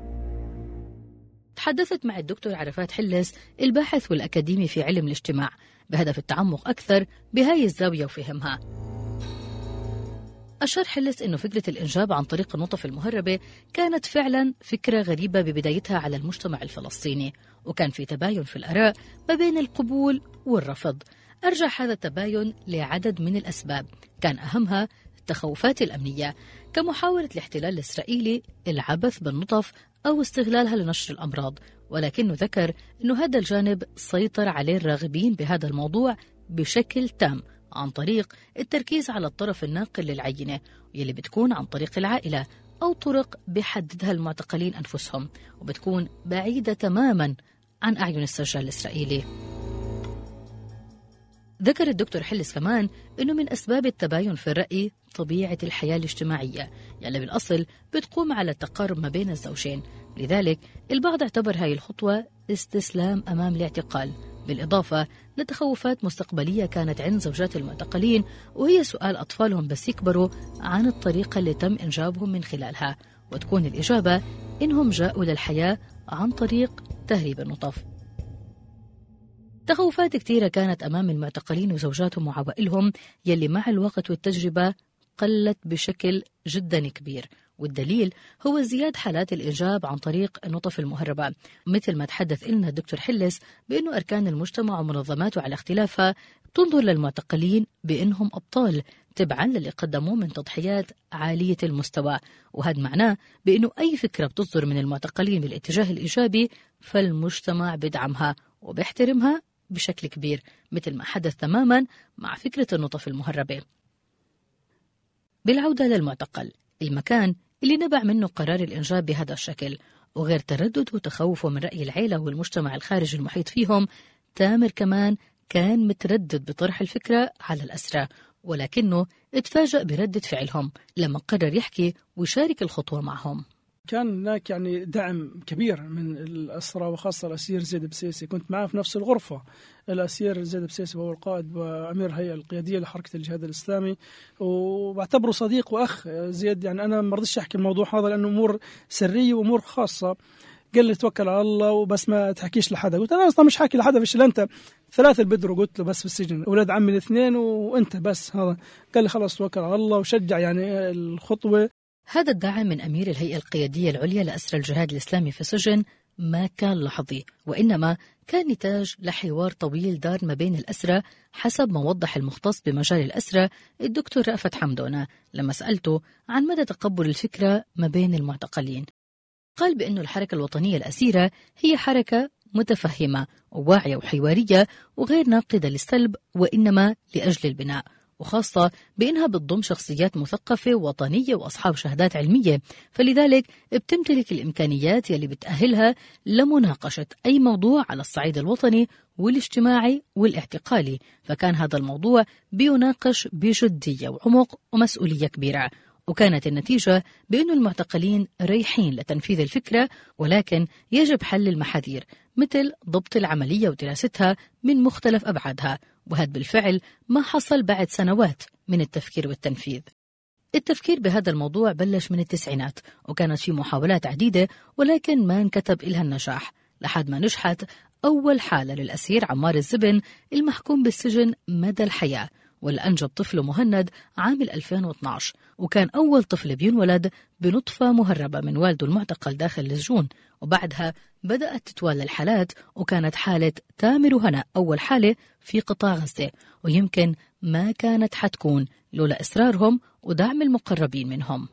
S4: تحدثت مع الدكتور عرفات حلس الباحث والأكاديمي في علم الاجتماع بهدف التعمق أكثر بهاي الزاوية وفهمها. أشار حلس إنه فكرة الإنجاب عن طريق النطف المهربة كانت فعلا فكرة غريبة ببدايتها على المجتمع الفلسطيني، وكان في تباين في الآراء ما بين القبول والرفض. أرجع هذا التباين لعدد من الأسباب، كان أهمها التخوفات الأمنية كمحاولة الاحتلال الإسرائيلي العبث بالنطف أو استغلالها لنشر الأمراض، ولكنه ذكر إنه هذا الجانب سيطر عليه الراغبين بهذا الموضوع بشكل تام عن طريق التركيز على الطرف الناقل للعينة، واللي بتكون عن طريق العائلة أو طرق بيحددها المعتقلين أنفسهم، وبتكون بعيدة تماماً عن أعين السجال الإسرائيلي. ذكر الدكتور حلس كمان أنه من أسباب التباين في الرأي طبيعة الحياة الاجتماعية يلي بالأصل بتقوم على التقارب ما بين الزوجين، لذلك البعض اعتبر هاي الخطوة استسلام أمام الاعتقال، بالإضافة لتخوفات مستقبلية كانت عند زوجات المعتقلين، وهي سؤال أطفالهم بس يكبروا عن الطريقة اللي تم إنجابهم من خلالها، وتكون الإجابة إنهم جاءوا للحياة عن طريق تهريب النطف. تخوفات كثيرة كانت أمام المعتقلين وزوجاتهم وعوائلهم يلي مع الوقت والتجربة قلت بشكل جدا كبير، والدليل هو زيادة حالات الإنجاب عن طريق النطف المهربة، مثل ما تحدث لنا الدكتور حلس بأنه أركان المجتمع ومنظماته على اختلافها تنظر للمعتقلين بأنهم أبطال تبعا للي قدموه من تضحيات عالية المستوى، وهذا معناه بأنه أي فكرة بتصدر من المعتقلين بالاتجاه الإيجابي فالمجتمع بدعمها وبيحترمها بشكل كبير، مثل ما حدث تماما مع فكرة النطف المهربة. بالعودة للمعتقل، المكان اللي نبع منه قرار الإنجاب بهذا الشكل، وغير تردد وتخوفه من رأي العيلة والمجتمع الخارج المحيط فيهم، تامر كمان كان متردد بطرح الفكرة على الأسرى، ولكنه اتفاجأ بردة فعلهم لما قرر يحكي ويشارك الخطوة معهم.
S2: كان هناك يعني دعم كبير من الأسرى وخاصة الأسير زيد بسيسي، كنت معه في نفس الغرفة. الأسير زيد بسيسي وهو القائد وأمير الهيئة القيادية لحركة الجهاد الإسلامي، وبعتبره صديق وأخ زيد. يعني أنا ما رضيتش أحكي الموضوع هذا لأنه أمور سرية وأمور خاصة. قال لي توكل على الله وبس ما تحكيش لحدا. قلت أنا أصلا مش حاكي لحدا، فيش أنت 3 البدر، وقلت له بس في السجن أولاد عمي 2 وأنت بس. هذا قال لي خلاص توكل على الله وشجع يعني الخطوة.
S4: هذا الدعم من أمير الهيئة القيادية العليا لأسرى الجهاد الإسلامي في السجن ما كان لحظي، وإنما كان نتاج لحوار طويل دار ما بين الأسرى، حسب ما وضح المختص بمجال الأسرى الدكتور رأفت حمدونة لما سألته عن مدى تقبل الفكرة ما بين المعتقلين. قال بأنه الحركة الوطنية الأسيرة هي حركة متفهمة وواعية وحوارية وغير ناقدة للسلب، وإنما لأجل البناء، وخاصة بأنها بتضم شخصيات مثقفة وطنية وأصحاب شهادات علمية، فلذلك بتمتلك الإمكانيات يلي بتأهلها لمناقشة أي موضوع على الصعيد الوطني والاجتماعي والاعتقالي. فكان هذا الموضوع بيناقش بجدية وعمق ومسؤولية كبيرة، وكانت النتيجة بأن المعتقلين ريحين لتنفيذ الفكرة، ولكن يجب حل المحاذير مثل ضبط العملية ودراستها من مختلف أبعادها، وهذا بالفعل ما حصل بعد سنوات من التفكير والتنفيذ. التفكير بهذا الموضوع بلش من التسعينات، وكانت في محاولات عديدة ولكن ما انكتب إلها النجاح، لحد ما نجحت أول حالة للأسير عمار الزبن المحكوم بالسجن مدى الحياة، واللي أنجب طفله مهند عام 2012، وكان أول طفل بينولد بنطفة مهربة من والده المعتقل داخل السجون. وبعدها بدأت تتوالى الحالات، وكانت حالة تامر وهناء أول حالة في قطاع غزة، ويمكن ما كانت حتكون لولا إصرارهم ودعم المقربين منهم.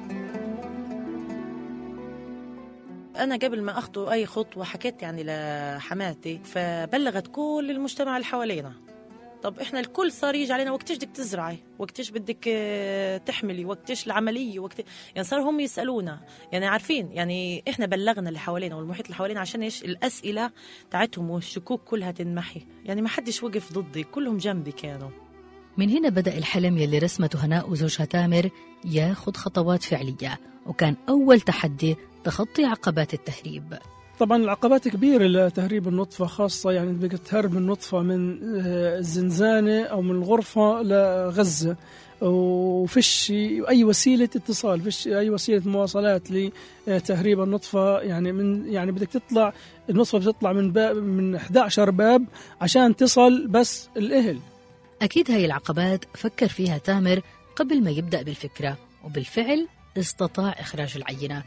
S1: أنا قبل ما أخطو أي خطوة حكيت يعني لحماتي، فبلغت كل المجتمع اللي حوالينا. طب إحنا الكل صار يجي علينا وقتش بدك تزرعي، وقتش بدك تحملي، وقتش العملية، يعني صار هم يسألونا، يعني عارفين يعني إحنا بلغنا اللي حوالينا والمحيط اللي حوالينا عشان إيش الأسئلة تاعتهم والشكوك كلها تنمحي. يعني ما حدش وقف ضدي، كلهم جنبي كانوا.
S4: من هنا بدأ الحلم يلي رسمته هناء وزوجها تامر ياخد خطوات فعلية، وكان أول تحدي تخطي عقبات التهريب.
S2: طبعا العقبات كبيرة لتهريب النطفة، خاصة يعني بدك تهرب النطفة من الزنزانة أو من الغرفة لغزة، وفيش أي وسيلة اتصال، فيش أي وسيلة مواصلات لتهريب النطفة. يعني بدك تطلع النطفة، بتطلع من 11 باب عشان تصل بس الأهل.
S4: أكيد هاي العقبات فكر فيها تامر قبل ما يبدأ بالفكرة، وبالفعل استطاع إخراج العينة.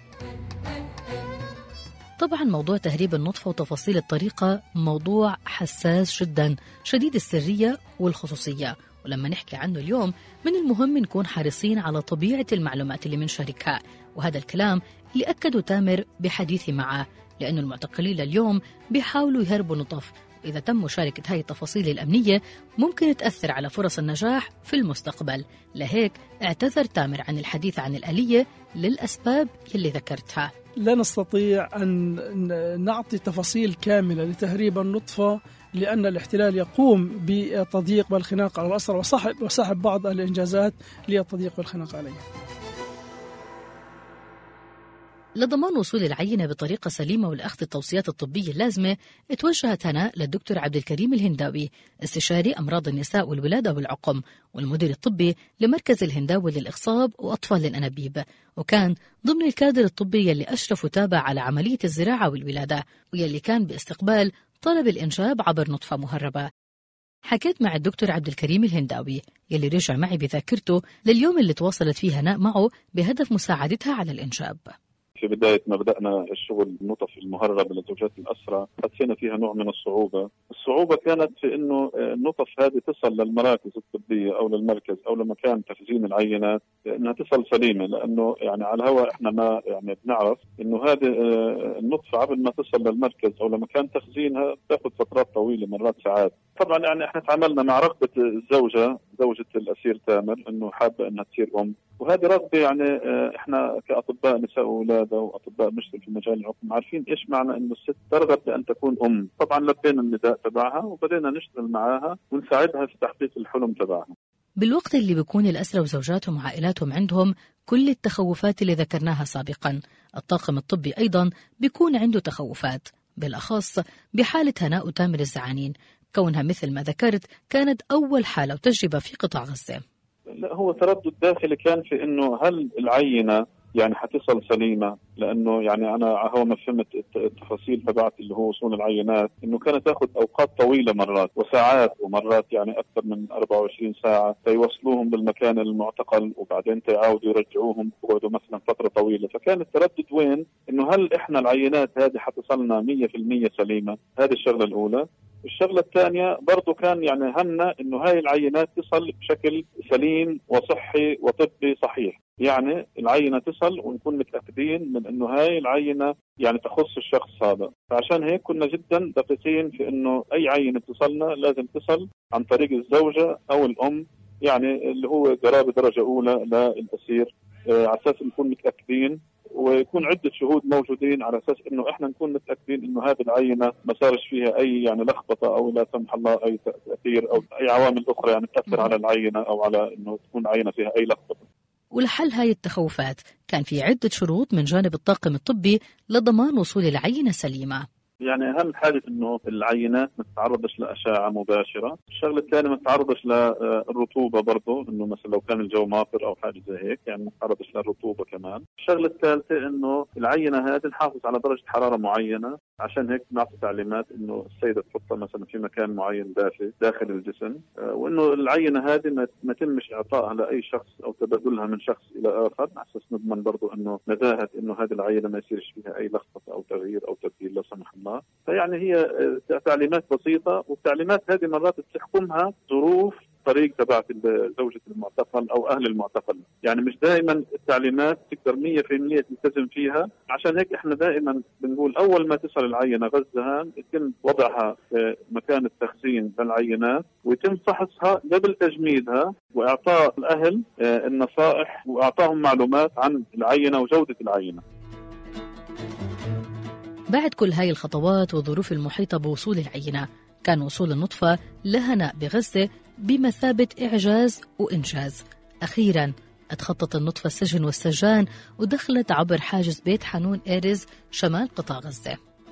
S4: طبعا موضوع تهريب النطفة وتفاصيل الطريقة موضوع حساس جدا، شديد السرية والخصوصية، ولما نحكي عنه اليوم من المهم نكون حريصين على طبيعة المعلومات اللي منشاركها، وهذا الكلام اللي أكده تامر بحديثي معه، لأنه المعتقلين لليوم بيحاولوا يهربوا نطف، وإذا تم مشاركة هاي التفاصيل الأمنية ممكن تأثر على فرص النجاح في المستقبل. لهيك اعتذر تامر عن الحديث عن الآلية للأسباب اللي ذكرتها.
S2: لا نستطيع أن نعطي تفاصيل كاملة لتهريب النطفة، لأن الاحتلال يقوم بتضييق والخناق على الأسرى وسحب بعض الإنجازات للتضييق والخناق عليها.
S4: لضمان وصول العينة بطريقة سليمة والأخذ التوصيات الطبية اللازمة، اتوجهت هناء للدكتور عبد الكريم الهنداوي، استشاري أمراض النساء والولادة والعقم والمدير الطبي لمركز الهنداوي للإخصاب وأطفال الأنابيب، وكان ضمن الكادر الطبي يلي أشرف وتابع على عملية الزراعة والولادة، ويلي كان باستقبال طلب الإنجاب عبر نطفة مهربة. حكيت مع الدكتور عبد الكريم الهنداوي يلي رجع معي بذاكرته لليوم اللي تواصلت فيه هناء معه بهدف مساعدتها على الإنجاب.
S5: في بداية ما بدأنا الشغل النطف المهرب لزوجات الأسرى حسينا فيها نوع من الصعوبة كانت في إنه النطف هذه تصل للمراكز الطبية أو للمركز أو لمكان تخزين العينات، إنها تصل سليمة، لأنه يعني على الهواء إحنا ما يعني بنعرف إنه هذه النطفة قبل ما تصل للمركز أو لمكان تخزينها تأخذ فترات طويلة، مرات ساعات. طبعا يعني إحنا تعاملنا مع رغبة زوجة الأسير تامر إنه حابة إنها تصير أم، وهذه رغبة يعني إحنا كأطباء نساء وولادة وأطباء نشتغل في مجال العقم عارفين إيش معنى إنه الست ترغب بأن تكون أم. طبعا لبينا النداء تبعها وبدينا نشتغل معاها ونساعدها في تحقيق الحلم تبعها.
S4: بالوقت اللي بيكون الأسرى وزوجاتهم وعائلاتهم عندهم كل التخوفات اللي ذكرناها سابقا، الطاقم الطبي أيضا بيكون عنده تخوفات، بالأخص بحالة هناء وتامر الزعانين، كونها مثل ما ذكرت كانت أول حالة وتجربة في قطاع غزة.
S5: لا، هو تردد داخلي كان في إنه هل العينة يعني حتصل سليمة، لأنه يعني أنا هو ما فهمت التفاصيل تبعت اللي هو وصول العينات إنه كانت تأخذ أوقات طويلة مرات وساعات، ومرات يعني أكثر من 24 ساعة تيوصلوهم بالمكان المعتقل وبعدين تيعاودوا يرجعوهم يقعدوا مثلا فترة طويلة. فكان التردد وين إنه هل إحنا العينات هذه حتصلنا 100% سليمة؟ هذه الشغلة الأولى. الشغلة الثانية برضو كان يعني همنا إنه هاي العينات تصل بشكل سليم وصحي وطبي صحيح، يعني العينة تصل ونكون متأكدين من إنه هاي العينة يعني تخص الشخص هذا. فعشان هيك كنا جدا دقيقين في إنه أي عينة تصلنا لازم تصل عن طريق الزوجة أو الأم، يعني اللي هو قرابة درجة أولى للأسير، على أساس نكون متأكدين ويكون عدة شهود موجودين على أساس إنه إحنا نكون متأكدين إنه هذه العينة ما صارش فيها أي يعني لخبطة أو لا سمح الله أي تأثير أو أي عوامل أخرى يعني تأثر على العينة أو على إنه تكون عينة فيها أي لخبطة.
S4: ولحل هاي التخوفات كان في عدة شروط من جانب الطاقم الطبي لضمان وصول العينة سليمة.
S5: يعني أهم حاجة إنه العينات ما تتعرضش لأشعة مباشرة. الشغلة الثانية ما تتعرضش للرطوبة برضو، إنه مثلا لو كان الجو ماطر أو حاجة زي هيك يعني ما تتعرضش للرطوبة كمان. الشغلة الثالثة إنه العينة هذه نحافظ على درجة حرارة معينة، عشان هيك نعطي تعليمات إنه السيدة تحطها مثلا في مكان معين داخل الجسم، وإنه العينة هذه ما تمش إعطائها لأي شخص أو تبادلها من شخص إلى آخر، على أساس نضمن برضو إنه نزاهة إنه هذه العينة ما يصيرش فيها أي لخبطة أو تغيير أو تبديل لا سمح الله. فيعني هي تعليمات بسيطة، والتعليمات هذه مرات بتحكمها ظروف الطريق تبعت زوجة المعتقل أو أهل المعتقل. يعني مش دائما التعليمات تقدر 100% تلتزم فيها، عشان هيك احنا دائما بنقول أول ما تصل العينة غزها يتم وضعها في مكان التخزين للعينات، ويتم فحصها قبل تجميدها وإعطاء الأهل النصائح وإعطاهم معلومات عن العينة وجودة العينة.
S4: بعد كل هاي الخطوات والظروف المحيطة بوصول العينة، كان وصول النطفة لهناء بغزة بمثابة إعجاز وإنجاز. أخيراً اتخطت النطفة السجن والسجان ودخلت عبر حاجز بيت حنون إيرز شمال قطاع غزة.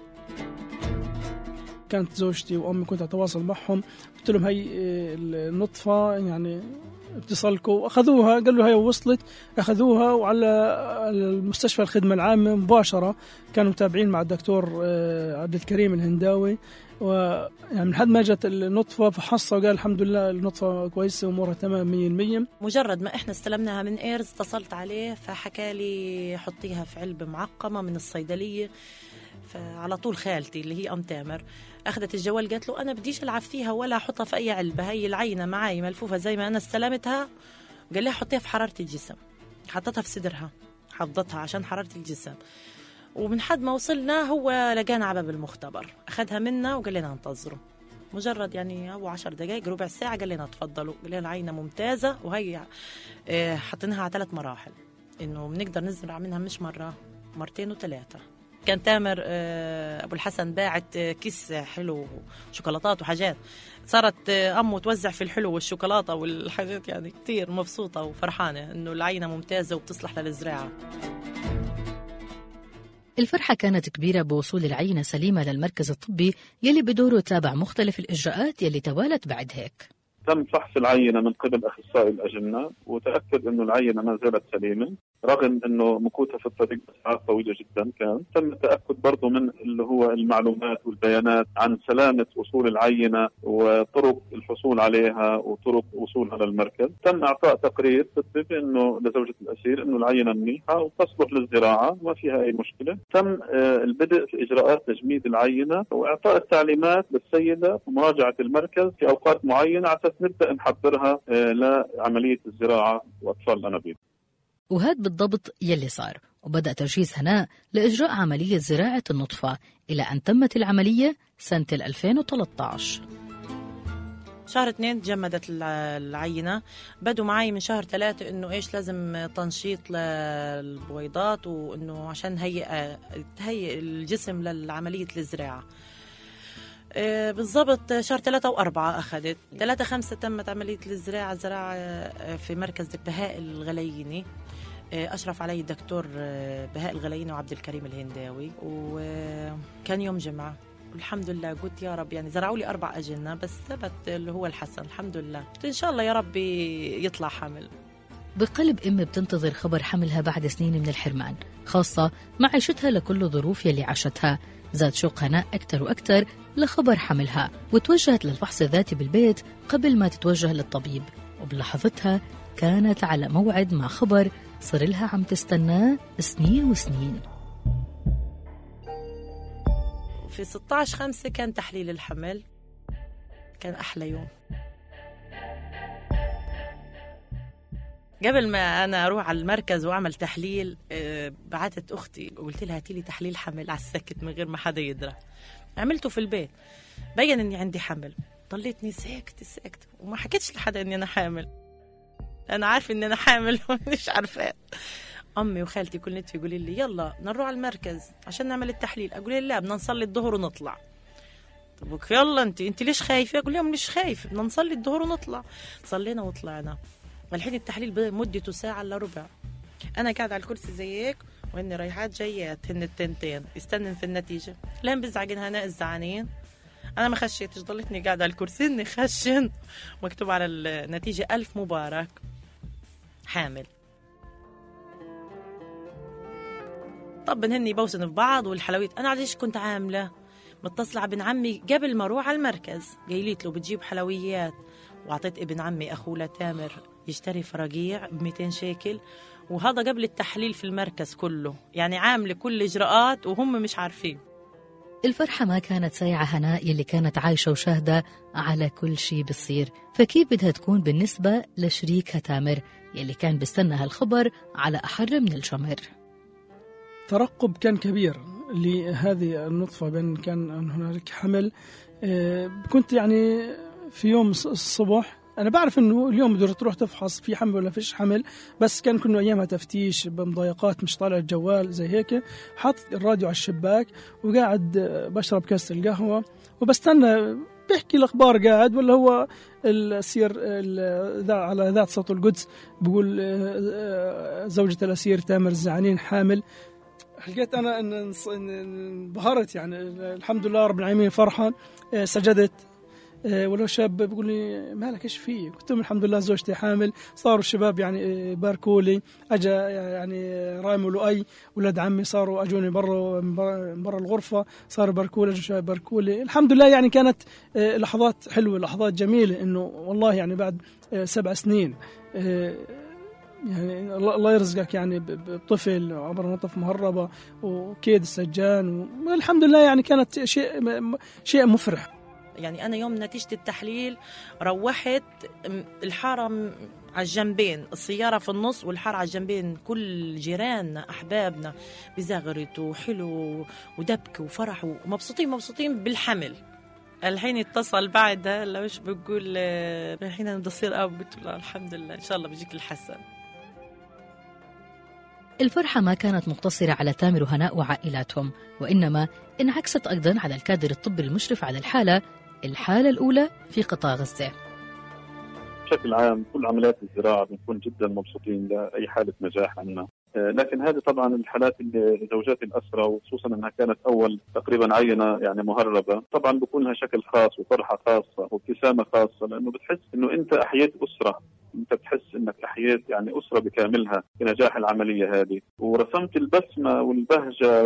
S2: كانت زوجتي وأمي كنت أتواصل معهم، قلت لهم هي النطفة يعني اتصلكم، أخذوها قالوا هي وصلت، أخذوها وعلى المستشفى الخدمة العامة مباشرة كانوا متابعين مع الدكتور عبد الكريم الهنداوي، ويعني من حد ما جت النطفة فحصها وقال الحمد لله النطفة كويسة وأمورها تمام 100%.
S1: مجرد ما إحنا استلمناها من إيرز اتصلت عليه فحكى لي حطيها في علبة معقمة من الصيدلية. فعلى طول خالتي اللي هي أم تامر أخذت الجوال قالت له أنا بديش ألعب فيها ولا أحطها في أي علبة، هي العينة معي ملفوفة زي ما أنا استلمتها. قال لها حطيها في حرارة الجسم، حطتها في صدرها حفظتها عشان حرارة الجسم. ومن حد ما وصلنا هو لقانا على باب المختبر، أخذها منا وقال لنا انتظروا. مجرد يعني هو 10 دقائق ربع ساعة قال لنا تفضلوا، قال لنا العينة ممتازة، وهي حطيناها على 3 مراحل إنه بنقدر نزرع منها مش مرة، مرتين وثلاثة. كان تامر أبو الحسن باعت كيس حلو شوكولاتات وحاجات، صارت أمه توزع في الحلو والشوكولاتة والحاجات، يعني كتير مبسوطة وفرحانة إنه العينة ممتازة وبتصلح للزراعة.
S4: الفرحة كانت كبيرة بوصول العينة سليمة للمركز الطبي يلي بدوره تابع مختلف الإجراءات يلي توالت بعد هيك.
S5: تم فحص العينة من قبل أخصائي الأجنة وتأكد أنه العينة ما زالت سليمة رغم أنه مكوثها في الطريق ساعات طويلة جدا. تم التأكد برضو من اللي هو المعلومات والبيانات عن سلامة وصول العينة وطرق الحصول عليها وطرق وصولها للمركز. تم إعطاء تقرير طبي أنه لزوجة الأسير أنه العينة منيحة وتصلح للزراعة وما فيها أي مشكلة. تم البدء في إجراءات تجميد العينة وإعطاء التعليمات للسيدة ومراجعة المركز في أوقات معينة عشان نبدأ نحضرها لعملية الزراعة وأطفال الأنابيب.
S4: وهذا بالضبط يلي صار، وبدأ تجهيز هناء لإجراء عملية زراعة النطفة إلى أن تمت العملية سنة 2013.
S1: شهر 2 تجمدت العينة، بدوا معي من شهر 3 إنه إيش لازم تنشيط للبويضات وإنه عشان تهيئ الجسم للعملية الزراعة. بالضبط شهر 3 و4 أخذت 3-5 تمت عملية الزراعة في مركز بهاء الغلييني، أشرف علي الدكتور بهاء الغلييني وعبد الكريم الهنداوي، وكان يوم جمعة الحمد لله. قلت يا رب يعني زرعوا لي 4 أجنة بس ثبت اللي هو الحسن الحمد لله، قلت إن شاء الله يا رب يطلع حمل.
S4: بقلب أم بتنتظر خبر حملها بعد سنين من الحرمان، خاصة مع عيشتها لكل الظروف يلي عاشتها. زاد شوق هناء أكتر وأكتر لخبر حملها، وتوجهت للفحص الذاتي بالبيت قبل ما تتوجه للطبيب، وبلحظتها كانت على موعد مع خبر صار لها عم تستناه سنين وسنين.
S1: في 16/5 كان تحليل الحمل، كان أحلى يوم. قبل ما أنا أروح على المركز وأعمل تحليل بعتت أختي وقلت لها هاتي لي تحليل حمل على السكت من غير ما حدا يدرى. عملته في البيت، بين إني عندي حمل، ضليتني ساكت وما حكيتش لحدا إني أنا حامل. أنا عارفة إني أنا حامل ومش عارفة. أمي وخالتي كل نتفي يقولي لي يلا نروح على المركز عشان نعمل التحليل، أقول لي لا بدنا نصلي الظهر ونطلع. طب يلا أنت ليش خايفة؟ أقول لهم مش خايفة، بدنا نصلي الظهر ونطلع. صلينا وطلعنا. الحين التحليل مدته 1 ساعة إلا ربع. أنا قاعد على الكرسي زي هيك وهن رايحات جايات هن التنتين يستنن في النتيجة. لين بزعجن هناء الزعانين أنا ما خشيتش، ضلتني قاعدة على الكرسي إني خشن مكتوب على النتيجة 1000 مبارك حامل. طبعا هني بوسن في بعض والحلويات. أنا عادش كنت عاملة متصلة على ابن عمي قبل ما أروح على المركز، قايلت له بتجيب حلويات، وعطيت ابن عمي أخوه تامر يشتري فرقيع ب200 شيكل، وهذا قبل التحليل في المركز كله، يعني عاملة كل إجراءات وهم مش عارفين.
S4: الفرحة ما كانت سايعة هناء يلي كانت عايشة وشاهدة على كل شي بصير، فكيف بدها تكون بالنسبة لشريكها تامر يلي كان بيستنى هالخبر على أحر من الجمر؟
S2: ترقب كان كبير لهذه النطفة، بأن كان هنالك حمل. كنت يعني في يوم الصبح أنا بعرف إنه اليوم بدها تروح تفحص في حمل ولا فيش حمل، بس كنا أيامها تفتيش بمضايقات، مش طالع الجوال زي هيك. حاط الراديو على الشباك وقاعد بشرب كاس القهوة وبستنى بيحكي الأخبار قاعد، ولا هو الأسير على ذات صوت القدس بيقول زوجة الأسير تامر الزعانين حامل. حكيت أنا إن انبهرت، يعني الحمد لله رب العالمين، فرحة. سجدت. ولو شاب بيقول لي مالك ايش فيه؟ قلت لهم الحمد لله زوجتي حامل. صاروا الشباب يعني باركوا لي، اجى يعني رايم ولؤي ولاد عمي صاروا اجوني برا الغرفه، صاروا باركوا لي، الشباب باركوا لي. الحمد لله يعني كانت لحظات حلوه، لحظات جميله، انه والله يعني بعد 7 سنين يعني الله يرزقك يعني بطفل عبر نطف مهربه وكيد السجان، والحمد لله يعني كانت شيء مفرح.
S1: يعني أنا يوم نتيجة التحليل روحت الحارة على الجنبين، السيارة في النص والحارة على الجنبين، كل جيراننا أحبابنا بزغرتوا وحلو ودبك وفرح ومبسوطين بالحمل. الحين اتصل بعدها لوش بقول الحين بدي أصير أب، قلت له الحمد لله إن شاء الله بيجيك الحسن.
S4: الفرحة ما كانت مقتصرة على تامر وهناء وعائلاتهم، وإنما انعكست أيضا على الكادر الطبي المشرف على الحالة الأولى في قطاع غزة.
S5: بشكل عام كل عمليات الزراعة بنكون جدا مبسوطين لأي حالة نجاح عنا، لكن هذه طبعا الحالات اللي زوجات الأسرى، وخصوصا أنها كانت أول تقريبا عينة يعني مهربة، طبعا بكون لها شكل خاص وفرحة خاصة وابتسامة خاصة، لأنه بتحس أنه أنت أحييت أسرة، أنت بتحس أنك أحييت يعني أسرة بكاملها بنجاح العملية هذه، ورسمت البسمة والبهجة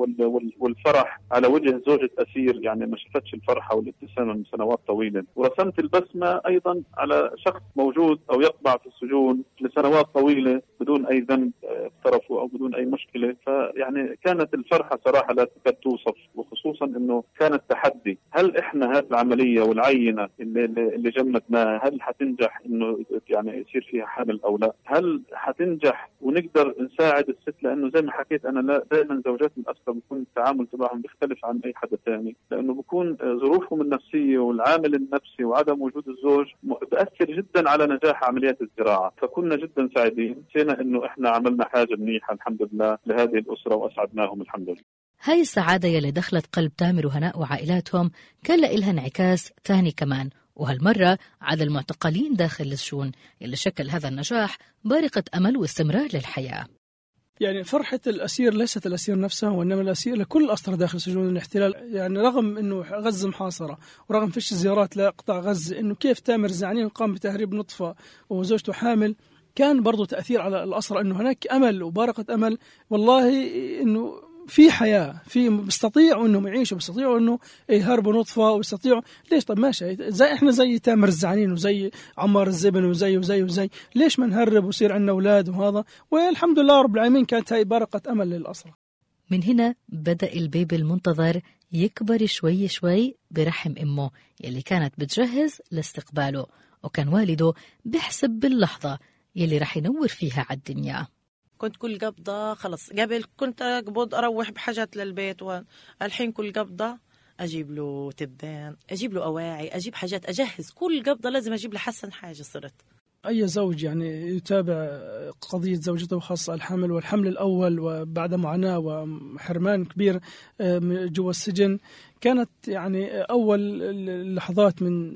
S5: والفرح على وجه زوجة أسير، يعني ما شفتش الفرحة والابتسامة من سنوات طويلة، ورسمت البسمة أيضا على شخص موجود أو يقبع في السجون لسنوات طويلة بدون أي ذنب اقترفوا أو بدون أي مشكلة. فيعني كانت الفرحة صراحة لا تكاد توصف، وخصوصا أنه كانت تحدي، هل إحنا هذه العملية والعينة اللي جمدناها هل حتنجح إنه يعني يصير فيها حمل أو لا؟ هل حتنجح ونقدر نساعد الست؟ لأنه زي ما حكيت أنا دائما زوجات الأسرى بيكون التعامل تبعهم بيختلف عن أي حدا ثاني، لأنه بيكون ظروفهم النفسية والعامل النفسي وعدم وجود الزوج بأثر جدا على نجاح عمليات الزراعة. فكنا جدا سعيدين، سينا إنه إحنا عملنا حاجة منيحة الحمد لله لهذه الأسرة وأسعدناهم الحمد لله.
S4: هاي السعادة يلي دخلت قلب تامر وهناء وعائلاتهم كان لها انعكاس تاني كمان، وهالمرة على المعتقلين داخل السجون، اللي شكل هذا النجاح بارقة أمل واستمرار للحياة.
S2: يعني فرحة الأسير ليست الأسير نفسه، وإنما الأسير لكل الأسرى داخل سجون الاحتلال. يعني رغم أنه غزة محاصرة ورغم فيش زيارات لقطاع غزة، أنه كيف تامر الزعانين قام بتهريب نطفة وزوجته حامل، كان برضو تأثير على الأسرى، أنه هناك أمل وبارقة أمل والله أنه في حياة، في بيستطيعوا انهم يعيشوا، بيستطيعوا انه يهربوا نطفة، ويستطيعوا. ليش طب ماشي زي احنا زي تامر الزعانين وزي عمار الزبن وزي ليش ما نهرب ويصير عندنا اولاد وهذا؟ والحمد لله رب العالمين كانت هاي بارقة امل للأسرة.
S4: من هنا بدأ البيبي المنتظر يكبر شوي شوي برحم امه يلي كانت بتجهز لاستقباله، وكان والده بيحسب باللحظة يلي رح ينور فيها على الدنيا.
S1: كنت كل قبضة خلص، قبل كنت أقبض أروح بحاجات للبيت، والحين كل قبضة أجيب له تبان، أجيب له أواعي، أجيب حاجات، أجهز كل قبضة لازم أجيب له حسن حاجة. صرت
S2: أي زوج يعني يتابع قضية زوجته، خاصة الحمل والحمل الأول وبعد معاناة وحرمان كبير جوا السجن، كانت يعني أول اللحظات من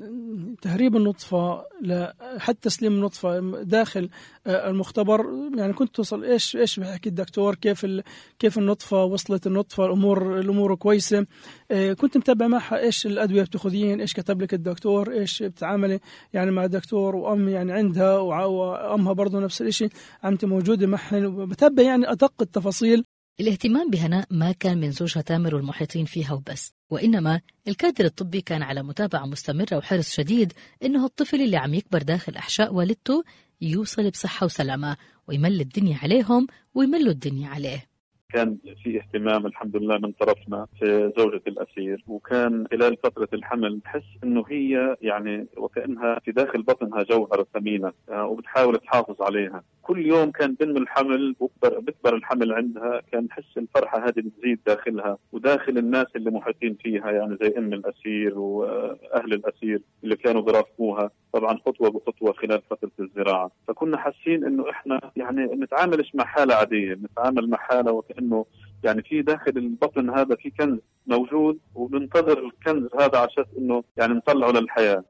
S2: يعني تهريب النطفة حتى تسليم النطفة داخل المختبر، يعني كنت توصل إيش بحكي الدكتور، كيف النطفة وصلت النطفة، الأمور كويسة. كنت متابع معها إيش الأدوية بتاخذين، إيش كتب لك الدكتور، إيش بتعاملي يعني مع الدكتور، وأم يعني عندها وأمها برضو نفس الشيء، عمتي موجودة معهن، وبتابع يعني أدق التفاصيل.
S4: الاهتمام بهناء ما كان من زوجها تامر والمحيطين فيها وبس، وإنما الكادر الطبي كان على متابعة مستمرة وحرص شديد إنه الطفل اللي عم يكبر داخل أحشاء والدته يوصل بصحة وسلامة، ويمل الدنيا عليهم ويملوا الدنيا عليه.
S5: كان في اهتمام الحمد لله من طرفنا في زوجة الأسير، وكان خلال فترة الحمل تحس إنه هي يعني وكأنها في داخل بطنها جوهرة ثمينة وبتحاول تحافظ عليها. كل يوم كان بنم الحمل بكبر الحمل عندها، كان تحس الفرحة هذه بتزيد داخلها وداخل الناس اللي محيطين فيها، يعني زي أم الأسير وأهل الأسير اللي كانوا برافقوها طبعا خطوة بخطوة خلال فترة الزراعة. فكنا حاسين إنه إحنا يعني نتعاملش مع حالة عادية، نتعامل مع حالة وكأنه يعني في داخل البطن هذا في كنز موجود، وننتظر الكنز هذا عشان إنه يعني نطلعه للحياة.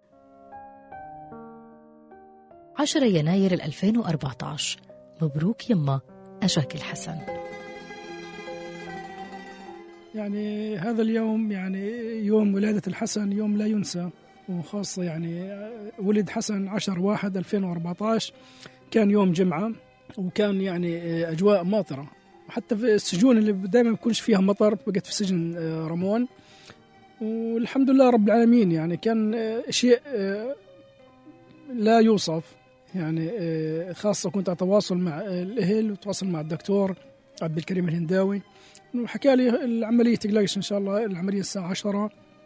S4: 10 يناير 2014. مبروك يما، أجاك الحسن.
S2: يعني هذا اليوم يعني يوم ولادة الحسن، يوم لا ينسى، وخاصة يعني ولد حسن 10/1/2014، كان يوم جمعة، وكان يعني أجواء ماطرة، وحتى في السجون اللي دائما بيكونش فيها مطر بقت في سجن رمون، والحمد لله رب العالمين. يعني كان شيء لا يوصف، يعني خاصة كنت أتواصل مع الأهل وتواصل مع الدكتور عبد الكريم الهنداوي، وحكى لي العملية تقلقش إن شاء الله، العملية الساعة 10.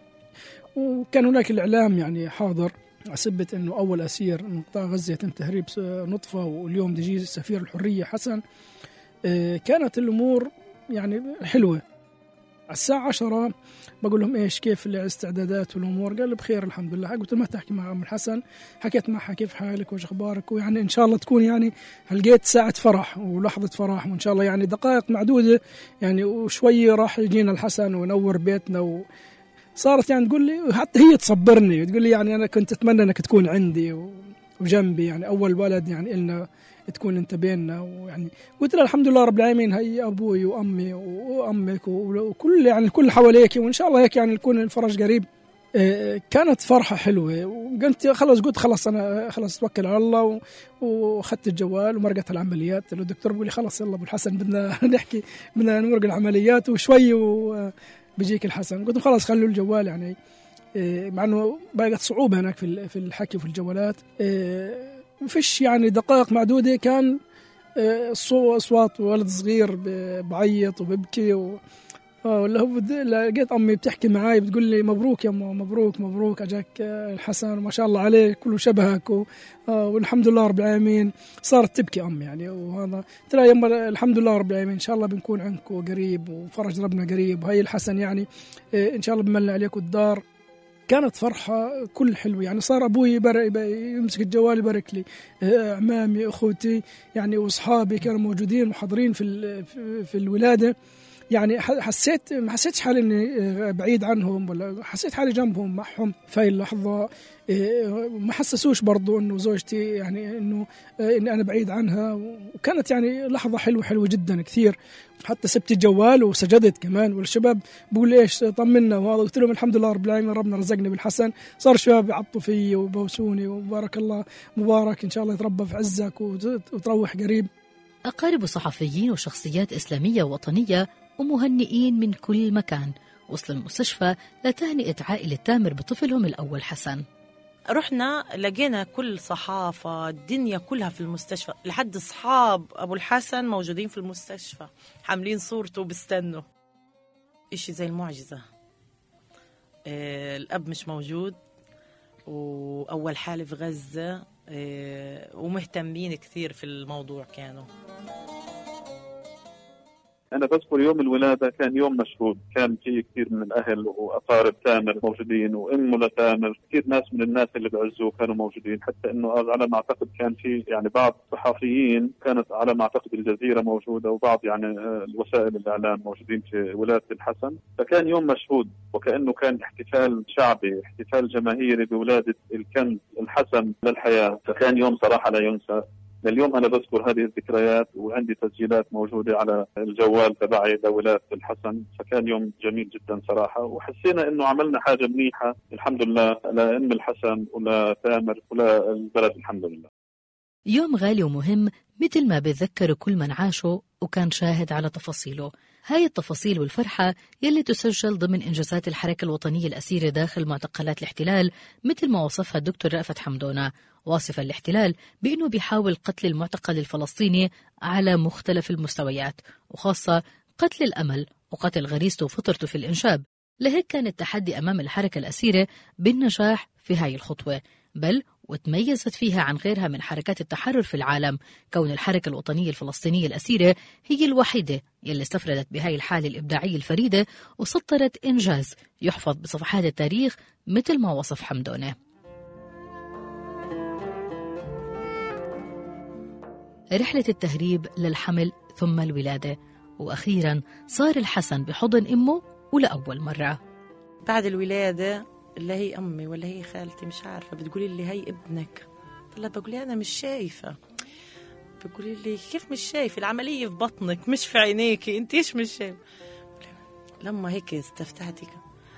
S2: وكان هناك الإعلام يعني حاضر أثبت أنه أول أسير من قطاع غزة يتم تهريب نطفة، واليوم دجيج سفير الحرية حسن. كانت الأمور يعني حلوة. الساعة 10 بقول لهم إيش كيف الاستعدادات والأمور، قال لي بخير الحمد لله. قلت له ما تحكي مع أم الحسن، حكيت معها كيف حالك وش أخبارك، ويعني إن شاء الله تكون يعني لقيت ساعة فرح ولحظة فرح، وإن شاء الله يعني دقائق معدودة يعني وشوي راح يجينا الحسن ونور بيتنا. صارت يعني تقول لي، حتى هي تصبرني تقول لي يعني أنا كنت أتمنى أنك تكون عندي وجنبي، يعني أول ولد يعني إلنا تكون أنت بيننا. ويعني قلت لها الحمد لله رب العالمين، هي أبوي وأمي وأمك وكل يعني الكل حواليك، وإن شاء الله هيك يعني يكون الفرج قريب. كانت فرحة حلوة، وقلت خلاص أنا خلاص توكل على الله، وأخذت الجوال ومرقت العمليات. الدكتور بيقول لي خلاص يلا أبو الحسن بدنا نحكي، بدنا نمرق العمليات وشوي بيجيك الحسن. قلت خلاص خلوا الجوال، يعني مع أنه بقت صعوبة هناك في الحكي وفي الجوالات. وفيش يعني دقائق معدودة كان أصوات ولد صغير بعيط وببكي لقيت أمي بتحكي معاي بتقول لي مبروك يا أمه، مبروك أجاك الحسن وما شاء الله عليه كله شبهك والحمد لله رب العالمين. صارت تبكي أمي يعني، وهذا ترى يما الحمد لله رب العالمين، إن شاء الله بنكون عندكم قريب وفرج ربنا قريب، وهي الحسن يعني إن شاء الله بملنا عليكم الدار. كانت فرحة كل حلوة يعني. صار أبوي يمسك الجوال يبارك لي، أعمامي أخوتي يعني وأصحابي كانوا موجودين وحاضرين في الولادة. يعني ما حسيتش حالي إني بعيد عنهم، ولا حسيت حالي جنبهم معهم في هاي اللحظة. ما حسسوش برضو إنه زوجتي يعني إنه إن أنا بعيد عنها. وكانت يعني لحظة حلوة جدا كثير. حتى سبت الجوال وسجدت كمان، والشباب بقول لي إيش طمنا وهذا، قلت لهم الحمد لله رب العالمين ربنا رزقني بالحسن. صار الشباب يعطوا فيي وبوسوني وبارك الله، مبارك إن شاء الله يتربى في عزك وتروح قريب.
S4: أقارب صحفيين وشخصيات إسلامية ووطنية ومهنئين من كل مكان وصل المستشفى لتهنئة عائلة تامر بطفلهم الأول حسن.
S1: رحنا لقينا كل صحافة الدنيا كلها في المستشفى، لحد أصحاب أبو الحسن موجودين في المستشفى حاملين صورته بيستنوا. إشي زي المعجزة. الأب مش موجود، وأول حالة في غزة، ومهتمين كثير في الموضوع كانوا.
S5: أنا بذكر يوم الولادة كان يوم مشهود، كان في كثير من الأهل وأقارب تامر موجودين، وأمه لتامر، كثير ناس من الناس اللي بعزوه كانوا موجودين، حتى إنه على ما أعتقد كان في يعني بعض الصحفيين كانت على ما أعتقد الجزيرة موجودة، وبعض يعني وسائل الإعلام موجودين في ولادة الحسن. فكان يوم مشهود وكأنه كان احتفال شعبي، احتفال جماهيري بولادة الكنز الحسن للحياة. فكان يوم صراحة لا ينسى. اليوم أنا بذكر هذه الذكريات وعندي تسجيلات موجودة على الجوال تبعي لولادة الحسن. فكان يوم جميل جدا صراحة، وحسينا إنه عملنا حاجة منيحة الحمد لله لأم الحسن ولا تامر ولا البلد الحمد لله.
S4: يوم غالي ومهم مثل ما بتذكر كل من عاشه وكان شاهد على تفاصيله. هاي التفاصيل والفرحة يلي تسجل ضمن إنجازات الحركة الوطنية الأسيرة داخل معتقلات الاحتلال، مثل ما وصفها الدكتور رأفت حمدونة، واصف الاحتلال بأنه بيحاول قتل المعتقل الفلسطيني على مختلف المستويات، وخاصة قتل الأمل وقتل غريزته وفطرته في الإنجاب. لهيك كان التحدي أمام الحركة الأسيرة بالنجاح في هاي الخطوة، بل وتميزت فيها عن غيرها من حركات التحرر في العالم، كون الحركة الوطنية الفلسطينية الأسيرة هي الوحيدة يلي استفردت بهاي الحالة الإبداعية الفريدة وسطرت إنجاز يحفظ بصفحات التاريخ مثل ما وصف حمدونة. رحلة التهريب للحمل ثم الولادة، وأخيرا صار الحسن بحضن أمه ولأول مرة.
S1: بعد الولادة اللي هي أمي ولا هي خالتي مش عارفة بتقولي لي هي ابنك. طلع بقولي أنا مش شايفة. بقولي لي كيف مش شايفة؟ العملية في بطنك مش في عينيكي، انت ايش مش شايفة؟ لما هيك استفتحتك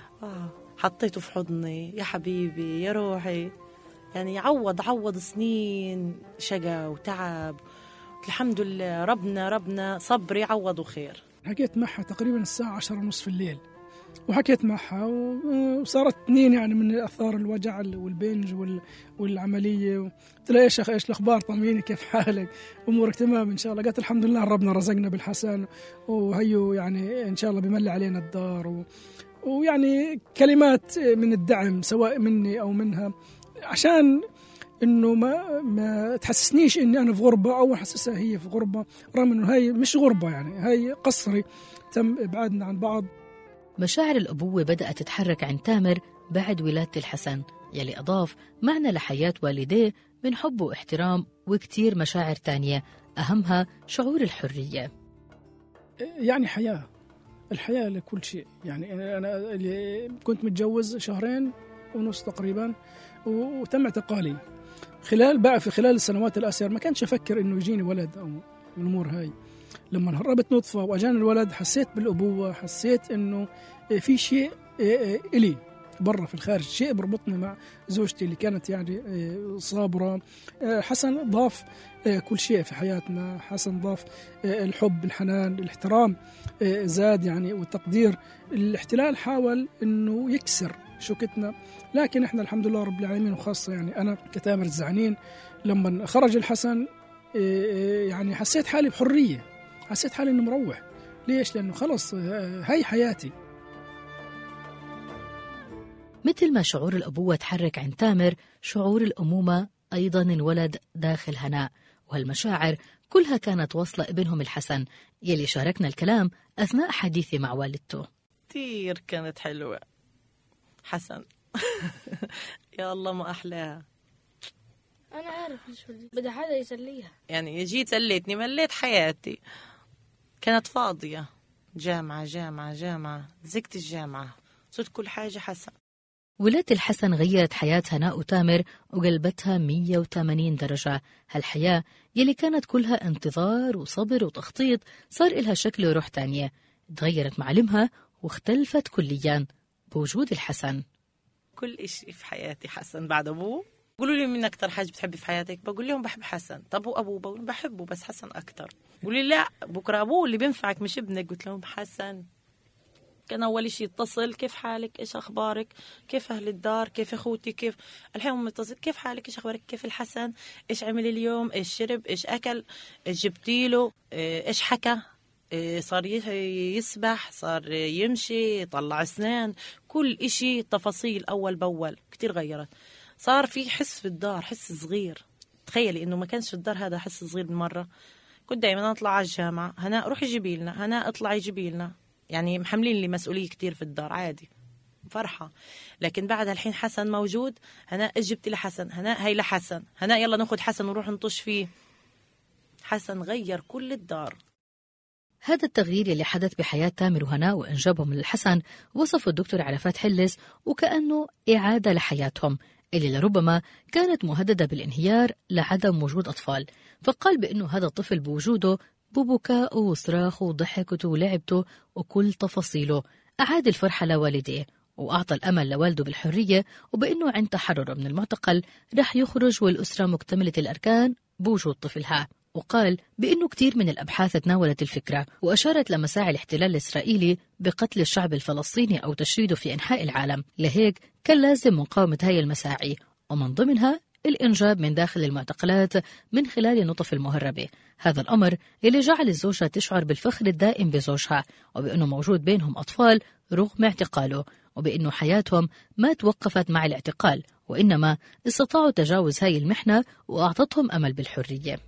S1: حطيته في حضني، يا حبيبي يا روحي. يعني عوض سنين شقى وتعب، الحمد لله ربنا صبري عوضه خير.
S2: حكيت معها تقريبا الساعة 10:30 في الليل، وحكيت معها وصارت 2 يعني من أثار الوجع والبنج والعملية. قلت لها ايش الأخبار؟ طمنيني كيف حالك؟ أمورك تمام إن شاء الله؟ قالت الحمد لله ربنا رزقنا بالحسن، وهيو يعني إن شاء الله بيملي علينا الدار ويعني كلمات من الدعم سواء مني أو منها، عشان إنه ما تحسسنيش إني أنا في غربة أو أحسسها هي في غربة، رغم إنه هاي مش غربة، يعني هاي قصري تم إبعادنا عن بعض.
S4: مشاعر الأبوة بدأت تتحرك عند تامر بعد ولادة الحسن، يلي أضاف معنى لحياة والديه من حب واحترام وكتير مشاعر تانية، أهمها شعور الحرية.
S2: يعني الحياة لكل شيء. يعني أنا اللي كنت متجوز 2.5 شهر تقريبا، وتم اعتقالي. في خلال السنوات الأسير ما كانش أفكر إنه يجيني ولد أو الأمور هاي. لما هربت نطفة وأجاني الولد حسيت بالأبوة، حسيت إنه في شيء إلي برا في الخارج، شيء بربطني مع زوجتي اللي كانت يعني صابرة. حسن ضاف كل شيء في حياتنا. حسن ضاف الحب، الحنان، الاحترام زاد يعني، والتقدير. الاحتلال حاول إنه يكسر شوكتنا، لكن إحنا الحمد لله رب العالمين، وخاصة يعني أنا كتامر الزعنين لما خرج الحسن يعني حسيت حالي بحرية، حسيت حالي إنه مروح. ليش؟ لأنه خلص هاي حياتي.
S4: مثل ما شعور الأبوة تحرك عند تامر، شعور الأمومة أيضا انولد داخل هناء، وهالمشاعر كلها كانت واصلة ابنهم الحسن، يلي شاركنا الكلام أثناء حديثي مع والدته.
S1: كتير كانت حلوة حسن. يا الله ما أحلاها.
S6: أنا عارف بدي حدا يسليها،
S1: يعني جيت سليتني، مليت حياتي. كانت فاضية، جامعة زكت الجامعة، صرت كل حاجة حسن.
S4: ولادة الحسن غيرت حياة هناء وتامر وقلبتها 180 درجة. هالحياة يلي كانت كلها انتظار وصبر وتخطيط صار إلها شكل وروح تانية، تغيرت معالمها واختلفت كليا بوجود الحسن.
S1: كل إشي في حياتي حسن بعد أبوه. قولوا لي مين أكتر حاجة بتحبي في حياتك؟ بقول لهم بحب حسن. طب وأبوه؟ بقول بحبه بس حسن أكتر. قولوا لي لا بكرة أبوه اللي بينفعك مش ابنك. قلت لهم حسن. كان أول شيء يتصل، كيف حالك؟ إيش أخبارك؟ كيف أهل الدار؟ كيف أخوتي؟ كيف الحين متصل، كيف حالك؟ إيش أخبارك؟ كيف الحسن؟ إيش عمل اليوم؟ إيش شرب؟ إيش أكل؟ إيش جبتيله؟ إيش حكى؟ صار يسبح، صار يمشي، يطلع أسنان، كل إشي تفاصيل أول بأول كتير غيرت. صار في حس في الدار، حس صغير. تخيلي إنه ما كانش في الدار هذا حس صغير بالمرة. كنت دائما أطلع على الجامعة، هناء روحي جيبي لنا، هناء اطلعي جيبي لنا، يعني محملين لي مسؤولية كتير في الدار عادي فرحة. لكن بعد الحين حسن موجود، هناء جبتي لحسن، هناء هي لحسن، هناء يلا ناخد حسن ونروح نطش فيه. حسن غير كل الدار.
S4: هذا التغيير اللي حدث بحياة تامر وهناء وإنجابهم للحسن وصفه الدكتور عرفات حلس وكأنه إعادة لحياتهم اللي لربما كانت مهددة بالانهيار لعدم وجود أطفال. فقال بأنه هذا الطفل بوجوده ببكائه وصراخه وضحكته ولعبته وكل تفاصيله أعاد الفرحة لوالديه، وأعطى الأمل لوالده بالحرية، وبأنه عند تحرره من المعتقل رح يخرج والأسرة مكتملة الأركان بوجود طفلها. وقال بأنه كتير من الأبحاث تناولت الفكرة وأشارت لمساعي الاحتلال الإسرائيلي بقتل الشعب الفلسطيني أو تشريده في أنحاء العالم، لهيك كان لازم مقاومة هاي المساعي، ومن ضمنها الإنجاب من داخل المعتقلات من خلال النطف المهربة. هذا الأمر اللي جعل الزوجة تشعر بالفخر الدائم بزوجها، وبأنه موجود بينهم أطفال رغم اعتقاله، وبأنه حياتهم ما توقفت مع الاعتقال، وإنما استطاعوا تجاوز هاي المحنة وأعطتهم أمل بالحرية.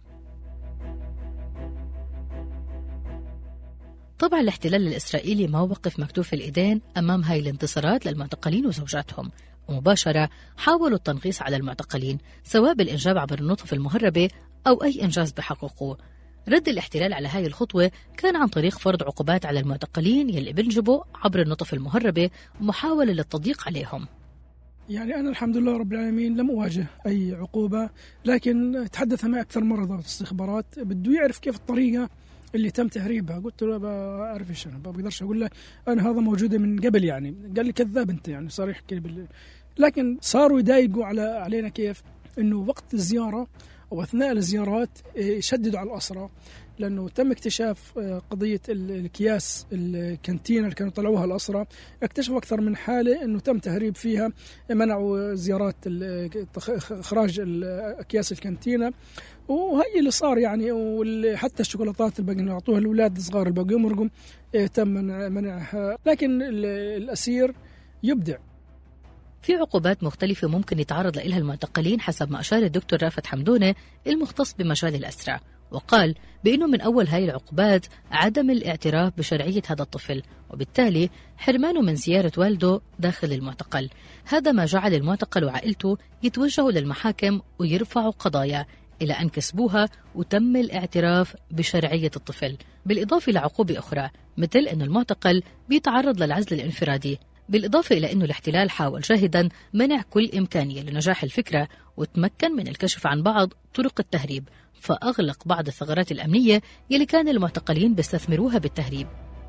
S4: طبعا الاحتلال الإسرائيلي ما وقف مكتوف الإيدين أمام هاي الانتصارات للمعتقلين وزوجاتهم، ومباشرة حاولوا التنغيص على المعتقلين سواء بالإنجاب عبر النطف المهربة أو أي إنجاز بحقوقه. رد الاحتلال على هاي الخطوة كان عن طريق فرض عقوبات على المعتقلين يلي بينجبوا عبر النطف المهربة ومحاولة للتضييق عليهم.
S2: يعني أنا الحمد لله رب العالمين لم أواجه أي عقوبة، لكن تحدث معي أكثر مرة ضابط استخبارات بده يعرف كيف الطريقة اللي تم تهريبها. قلت له بعرف ايش، انا ما بقدرش اقول له انا هذا موجوده من قبل. يعني قال لي كذاب انت، يعني صار يحكي لكن صاروا يضايقوا علينا كيف انه وقت الزياره او اثناء الزيارات يشددوا على الاسرى، لانه تم اكتشاف قضيه الأكياس الكانتينا اللي كانوا طلعوها الاسرى، اكتشفوا اكثر من حاله انه تم تهريب فيها، منعوا زيارات اخراج اكياس الكانتينا، وهي اللي صار يعني. وحتى الشوكولاتات اللي بقوا يعطوها الاولاد الصغار اللي بقوا يمرقوا تم منعها. لكن الاسير يبدع.
S4: في عقوبات مختلفة ممكن يتعرض لها المعتقلين حسب ما أشار الدكتور رافت حمدونة المختص بمجال الأسرى، وقال بأنه من أول هاي العقوبات عدم الاعتراف بشرعية هذا الطفل، وبالتالي حرمانه من زيارة والده داخل المعتقل. هذا ما جعل المعتقل وعائلته يتوجهوا للمحاكم ويرفعوا قضايا إلى أن كسبوها وتم الاعتراف بشرعية الطفل، بالإضافة لعقوبة أخرى مثل أن المعتقل بيتعرض للعزل الانفرادي، بالإضافة إلى أنه الاحتلال حاول جاهدا منع كل إمكانية لنجاح الفكرة، وتمكن من الكشف عن بعض طرق التهريب، فأغلق بعض الثغرات الأمنية يلي كان المعتقلين بيستثمروها بالتهريب.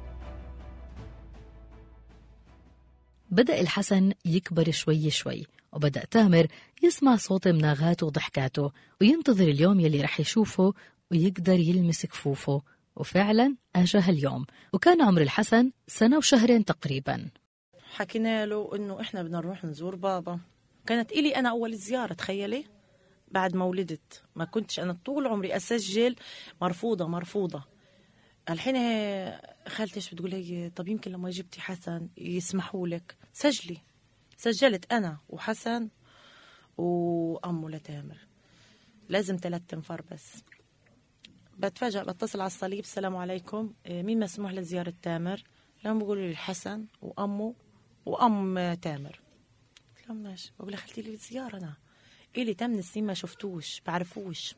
S4: بدأ الحسن يكبر شوي شوي، وبدأ تامر يسمع صوت مناغاته وضحكاته وينتظر اليوم يلي رح يشوفه ويقدر يلمس كفوفه. وفعلا أجا اليوم، وكان عمر الحسن 1 سنة و2 تقريبا.
S1: حكينا له إنه إحنا بدنا نروح نزور بابا. كانت إلي أنا أول زيارة، تخيلي بعد ما ولدت. ما كنتش أنا طول عمري أسجل مرفوضة. الحين خالتي بتقول لي طب يمكن لما جبتي حسن يسمحوا لك سجلي. سجلت أنا وحسن وأمه لتامر، لازم 3 أنفار بس. بتفاجأ بتصل على الصليب، السلام عليكم، مين مسموح لزيارة تامر؟ لهم بيقولوا لي الحسن وأمه وأم تامر. قلت لهم ماشي. بقول لها خلتي لي زيارة، أنا إلي 8 سنين ما شفتوش بعرفوش.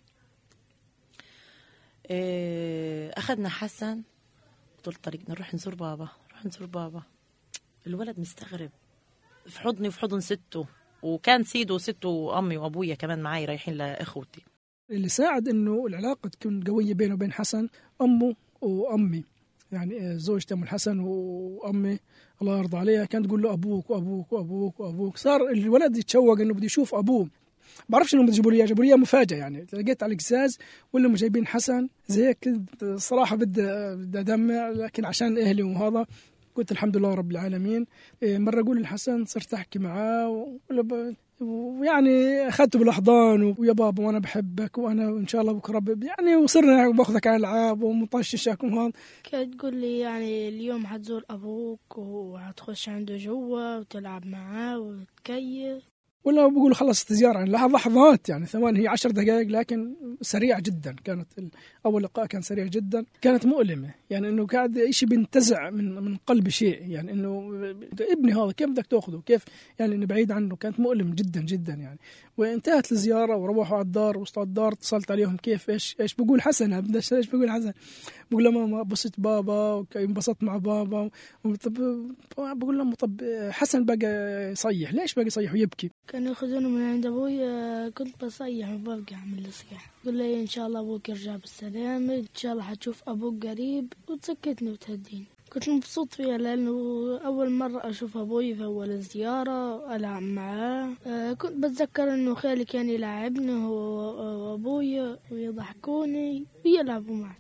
S1: أخذنا حسن طول الطريق نروح نزور بابا. الولد مستغرب في حضني وفي حضن سته، وكان سيده وسته وأمي وأبويا كمان معي رايحين لإخوتي.
S2: اللي ساعد إنه العلاقة تكون قوية بينه وبين حسن أمه وأمي، يعني زوجته أم الحسن وأمي الله يرضى عليها كانت تقول له أبوك وأبوك وأبوك وأبوك. صار الولد يتشوق إنه بده يشوف أبوه. بعرفش إنه جابوا لي مفاجأة، يعني لقيت على القزاز ولا جايبين حسن زي هيك. صراحة بدي أدمع، لكن عشان أهلي وهذا قلت الحمد لله رب العالمين. مرة أقول للحسن صرت أحكي معاه ويعني أخذته بالأحضان ويا بابا وأنا بحبك وأنا إن شاء الله بكرة يعني وصرنا باخذك على الألعاب ومطششك وهذا.
S6: كانت تقول لي يعني اليوم حتزور أبوك وحتخش عنده جوا وتلعب معاه وتكيف.
S2: ولا بقول خلصت زيارة يعني لحظات يعني ثواني، هي 10 دقائق لكن سريعة جدا. كانت أول لقاء كان سريع جدا، كانت مؤلمة يعني إنه قاعد إشي بينتزع من قلب شيء، يعني إنه ابني هذا كيف بدك تأخذه، كيف يعني إنه بعيد عنه. كانت مؤلم جدا جدا يعني. وانتهت الزيارة وروحوا على الدار، وسط الدار اتصلت عليهم كيف إيش بقول حسن، إيش بقول حسن، بقول له ماما بصيت بابا وانبسطت مع بابا. بقول لهم طب حسن بقى يصيح، ليش بقى يصيح ويبكي؟
S6: كانوا ياخذونه من عند أبوي، كنت بصيح وببقى أعمل له صياح، قل لي إن شاء الله أبوك يرجع بالسلامة، إن شاء الله حتشوف أبوك قريب، وتسكتني وتهديني. كنت مبسوط فيها لأنه أول مرة أشوف أبوي في أول الزيارة، ألعب معاه. كنت بتذكر إنه خالي كان يلعبني هو وأبوي ويضحكوني ويلعبوا معي.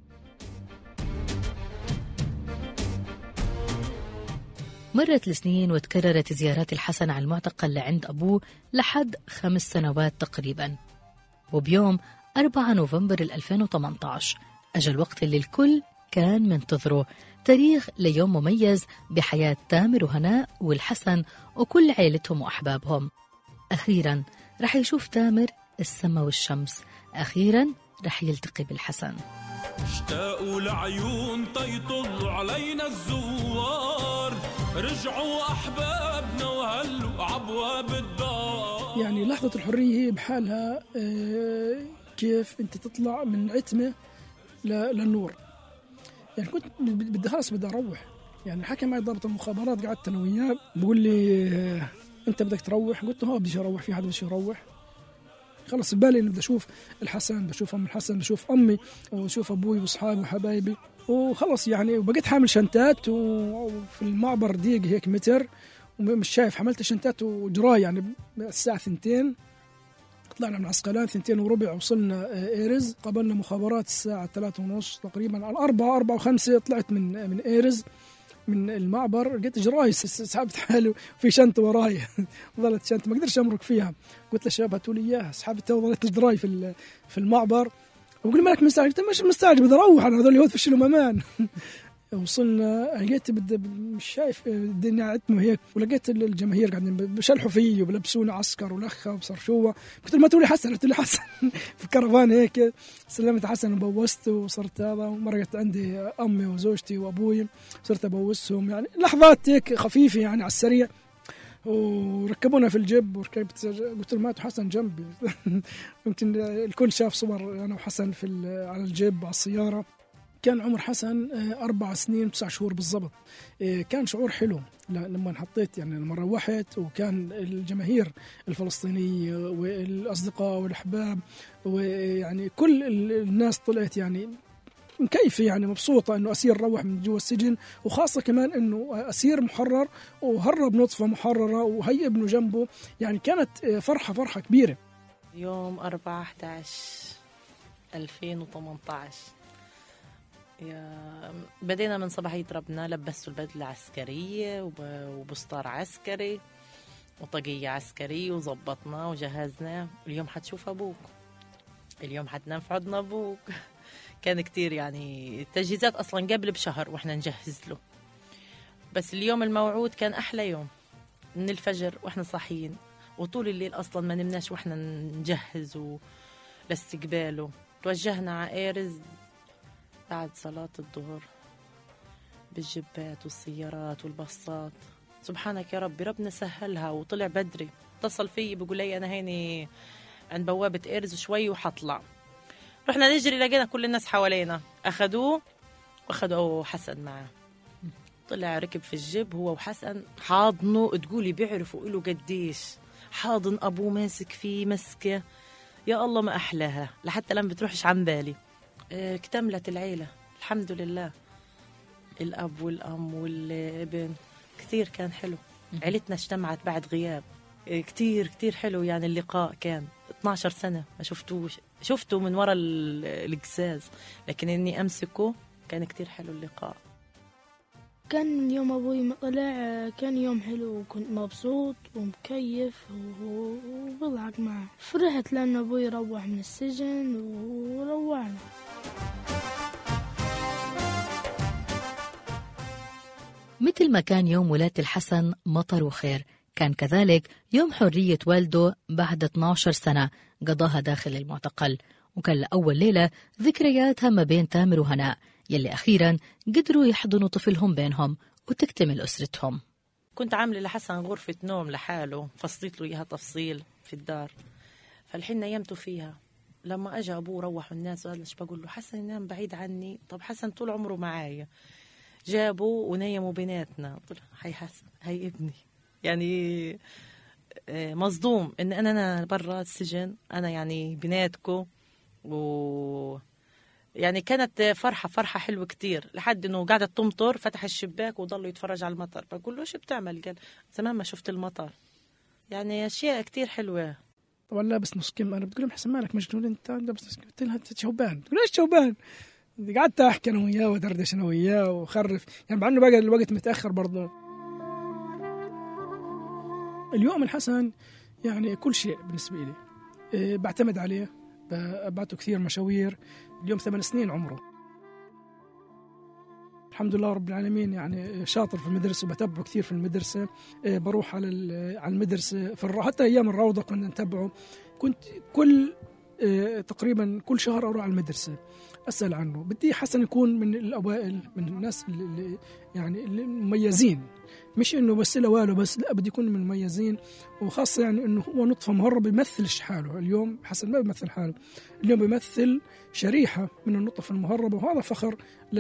S4: مرت السنين وتكررت زيارات الحسن على المعتقل لعند أبوه لحد 5 سنوات تقريبا. وبيوم 4 نوفمبر 2018 أجى الوقت اللي الكل كان منتظره، تاريخ ليوم مميز بحياة تامر وهناء والحسن وكل عائلتهم وأحبابهم. أخيراً رح يشوف تامر السما والشمس، أخيراً رح يلتقي بالحسن.
S7: اشتاقوا لعيون تيطلوا علينا الزوار، رجعوا أحبابنا وهلوا عبواب الدار.
S2: يعني لحظة الحرية هي بحالها كيف أنت تطلع من عتمة للنور. يعني كنت بدي خلاص بدي أروح، يعني حكى معي ضابط المخابرات، قعدت أنا وياه بقول لي أنت بدك تروح؟ قلت له بدي أروح، في حد بدي يروح؟ خلص ببالي إنه بدي أشوف الحسن، بدي أشوف أم الحسن، بدي أشوف أمي وأشوف أبوي وأصحابي وحبايبي وخلص يعني. وبقيت حامل شنتات، وفي المعبر ضيق هيك متر ومش شايف، حملت شنتات وجراي. يعني الساعة 2 طلعنا من عسقلان، 2:15 وصلنا إيرز، قابلنا مخابرات الساعة 3:30 تقريبا. على 4:05 طلعت من إيرز من المعبر، لقيت جراي سحبت حالي وفي شنطة وراي ظلت شنطة ما قدرش أمرك فيها. قلت للشباب هاتوا لي إياها، سحبتها وظلت جراي في المعبر. وقول مالك مستعجل؟ قلت مش مستعجل، بدي أروح أنا، هذول يهود فشلوا أمان. وصلنا لقيت مش شايف الدنيا عتمه هيك، ولقيت الجماهير قاعدين بشلحوا فيه وبلبسوني عسكر ولخه وبصرشوه. قلت له ما تقولي حسن، قلت له حسن في الكرفان هيك. سلمت حسن وبوست وصرت هذا. ومرقت عندي امي وزوجتي وابوي، صرت ابوسهم. يعني لحظات هيك خفيفه يعني على السريع. وركبونا في الجيب وركبت، قلت له مات حسن جنبي. يمكن الكل شاف صور انا وحسن على الجيب على السياره. كان عمر حسن 4 سنين 9 شهور بالضبط. كان شعور حلو لما حطيت، يعني لما روحت، وكان الجماهير الفلسطينية والأصدقاء والأحباب ويعني كل الناس طلعت يعني مكيفة، يعني مبسوطة إنه أسير روح من جوا السجن، وخاصة كمان إنه أسير محرر وهرب نطفة محررة وهي ابنه جنبه. يعني كانت فرحة كبيرة.
S1: يوم 4/11/2018 بدينا من صباحية ربنا، لبسوا البدلة العسكرية وبسطار عسكري وطاقية عسكرية، وزبطنا وجهزنا. اليوم حتشوف أبوك، اليوم حتنام في حضن أبوك. كان كتير يعني التجهيزات أصلا قبل بشهر وإحنا نجهز له، بس اليوم الموعود كان أحلى يوم. من الفجر وإحنا صاحيين، وطول الليل أصلا ما نمناش وإحنا نجهز لاستقباله. توجهنا على إيرز بعد صلاة الظهر بالجبات والسيارات والباصات. سبحانك يا ربي، ربنا سهلها وطلع بدري. اتصل فيي بقول لي أنا هيني عند بوابة إيرز شوي وحطلع. رحنا نجري لقينا كل الناس حوالينا، أخذوه وأخذوا حسن معه. طلع ركب في الجيب هو وحسن، حاضنه تقولي بيعرفوا إله قديش، حاضن أبوه ماسك فيه مسكة يا الله ما أحلاها، لحتى لما بتروحش عن بالي. اكتملت العيلة الحمد لله، الأب والأم والابن. كثير كان حلو، عيلتنا اجتمعت بعد غياب كتير حلو. يعني اللقاء كان 12 سنة ما شفته من وراء القزاز، لكن إني أمسكه كان كتير حلو اللقاء.
S6: كان يوم أبوي ما طلع كان يوم حلو، وكنت مبسوط ومكيف وبضحك معه. فرحت لأن أبوي روح من السجن وروحنا.
S4: مثل ما كان يوم ولادة الحسن مطر وخير، كان كذلك يوم حرية والده بعد 12 سنة قضاها داخل المعتقل، وكان لأول ليلة ذكرياتها ما بين تامر وهناء يلي أخيراً قدروا يحضنوا طفلهم بينهم وتكتمل أسرتهم.
S1: كنت عاملة لحسن غرفة نوم لحاله، فصلت له إياها تفصيل في الدار، فالحين نيمته فيها. لما أجا أبوه روحوا الناس وهذا بقول له حسن ينام بعيد عني. طب حسن طول عمره معايا. جابوا ونيموا بيناتنا. قلت له هاي حسن، هاي ابني. يعني مصدوم إن أنا برا السجن، أنا يعني بيناتكو. يعني كانت فرحة حلوة كتير، لحد إنه قاعدة تمطر فتح الشباك وضلوا يتفرج على المطر. بقول له شو بتعمل؟ قال زمان ما شفت المطر. يعني أشياء كتير حلوة.
S2: طبعا لابس نص كم. أنا بتقول لهم حسن مالك مجنون أنت لابس نص كم؟ قلت لها أنت شوبان. تقول إيش شوبان؟ قعدت أحكي أنا وياه ودردش أنا وياه وخرف، يعني مع إنه بقى الوقت متأخر برضه. اليوم الحسن يعني كل شيء بالنسبة لي، بعتمد عليه، بعته كثير مشاوير. اليوم 8 سنين عمره، الحمد لله رب العالمين. يعني شاطر في المدرسة وبتابعه كثير في المدرسة. بروح على المدرسة حتى أيام الروضة كنا نتابعه. كنت تقريبا كل شهر أروح على المدرسة أسأل عنه. بدي حسن يكون من الأوائل، من الناس اللي يعني المميزين، مش إنه بس لواله بس، لا بدي يكون من المميزين. وخاصة يعني إنه هو نطفة مهرب بيمثلش حاله. اليوم حسن ما بيمثل حاله، اليوم بيمثل شريحة من النطف المهربة، وهذا فخر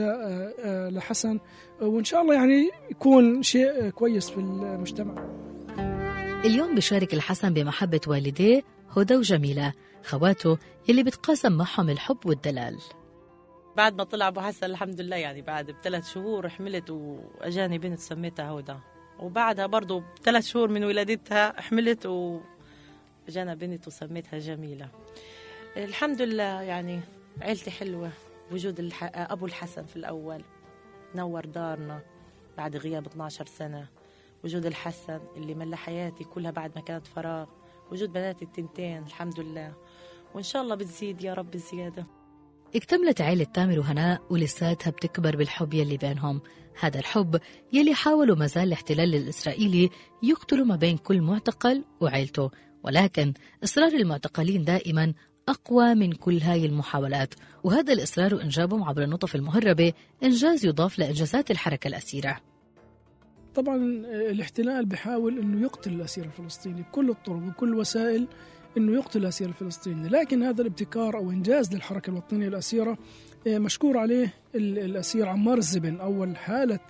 S2: لحسن. وإن شاء الله يعني يكون شيء كويس في المجتمع.
S4: اليوم بيشارك الحسن بمحبة والديه هدى وجميلة خواته اللي بتقاسم معهم الحب والدلال.
S1: بعد ما طلع أبو حسن الحمد لله، يعني بعد ب3 شهور حملت وأجاني بنت سميتها هدى، وبعدها برضو ب3 شهور من ولادتها حملت وأجانا بنت وسميتها جميلة. الحمد لله يعني عيلتي حلوة. وجود أبو الحسن في الأول نور دارنا بعد غياب 12 سنة. وجود الحسن اللي ملى حياتي كلها بعد ما كانت فراغ. وجود بناتي التنتين الحمد لله، وإن شاء الله بتزيد يا رب الزيادة.
S4: اكتملت عائلة تامر وهناء ولساتها بتكبر بالحب يلي بينهم. هذا الحب يلي حاولوا مازال الاحتلال الإسرائيلي يقتلوا ما بين كل معتقل وعائلته، ولكن إصرار المعتقلين دائما أقوى من كل هاي المحاولات. وهذا الإصرار وإنجابهم عبر النطف المهربة إنجاز يضاف لإنجازات الحركة الأسيرة.
S2: طبعا الاحتلال بيحاول أنه يقتل الأسير الفلسطيني بكل الطرق وكل وسائل، أنه يقتل الأسير الفلسطيني. لكن هذا الابتكار أو إنجاز للحركة الوطنية الأسيرة مشكور عليه الأسير عمار الزبن. أول حالة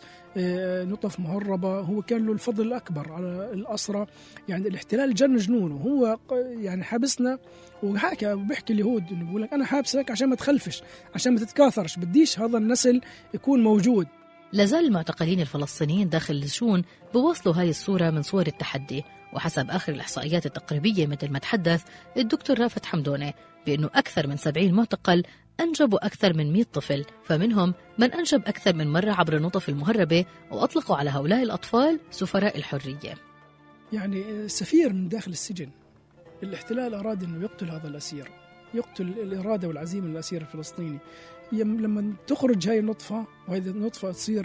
S2: نطف مهربة هو كان له الفضل الأكبر على الأسرة. يعني الاحتلال جن جنونه، هو يعني حابسنا وحكى وبيحكي اليهود إنه بيقول لك أنا حابسك عشان ما تخلفش، عشان ما تتكاثرش، بديش هذا النسل يكون موجود.
S4: لازال المعتقلين الفلسطينيين داخل السجون بوصلوا هاي الصورة من صور التحدي. وحسب آخر الإحصائيات التقريبية مثل ما تحدث الدكتور رافت حمدونة بأنه أكثر من 70 معتقل أنجبوا أكثر من 100 طفل، فمنهم من أنجب أكثر من مرة عبر النطف المهربة، وأطلقوا على هؤلاء الأطفال سفراء الحرية.
S2: يعني سفير من داخل السجن. الاحتلال أراد أنه يقتل هذا الأسير، يقتل الإرادة والعزيمة للأسير الفلسطيني. لما تخرج هاي النطفة وهذه النطفة تصير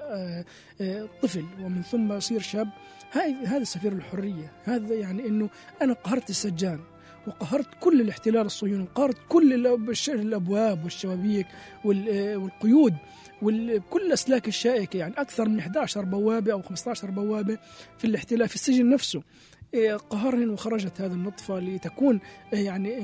S2: طفل ومن ثم يصير شاب، هذا سفير الحرية. هذا يعني أنه أنا قهرت السجان وقهرت كل الاحتلال الصهيوني، وقهرت كل الأبواب والشبابيك والقيود وكل الأسلاك الشائكة. يعني أكثر من 11 بوابة أو 15 بوابة في الاحتلال في السجن نفسه قهرهن. وخرجت هذه النطفة لتكون يعني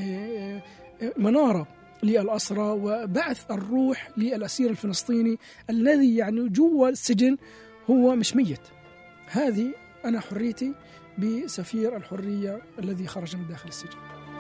S2: منارة للأسرى وبعث الروح للأسير الفلسطيني الذي يعني جوا السجن هو مش ميت. هذه أنا حريتي بسفير الحرية الذي خرج من داخل السجن.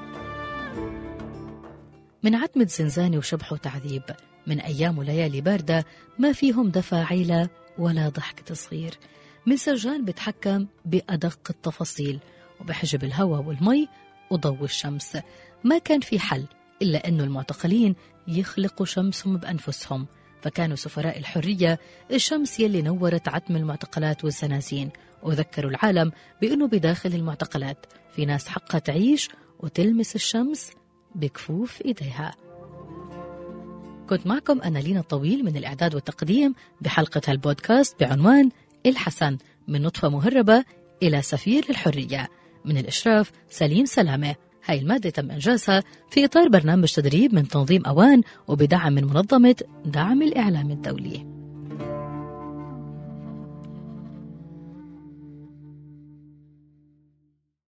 S4: من عتمة زنزانة وشبح وتعذيب، من أيام وليالي باردة ما فيهم دفى عيلة ولا ضحكة صغير، من سجان بتحكم بأدق التفاصيل وبحجب الهواء والمي وضوء الشمس. ما كان في حل إلا أنه المعتقلين يخلقوا شمسهم بأنفسهم، فكانوا سفراء الحرية الشمس يلي نورت عتم المعتقلات والزنازين، وذكروا العالم بأنه بداخل المعتقلات في ناس حقها تعيش وتلمس الشمس بكفوف إيديها. كنت معكم أنا لينا طويل من الإعداد والتقديم بحلقة هالبودكاست بعنوان الحسن من نطفة مهربة إلى سفير للحرية. من الإشراف سليم سلامة. هاي المادة تم إنجازها في إطار برنامج تدريب من تنظيم أوان وبدعم من منظمة دعم الإعلام الدولي.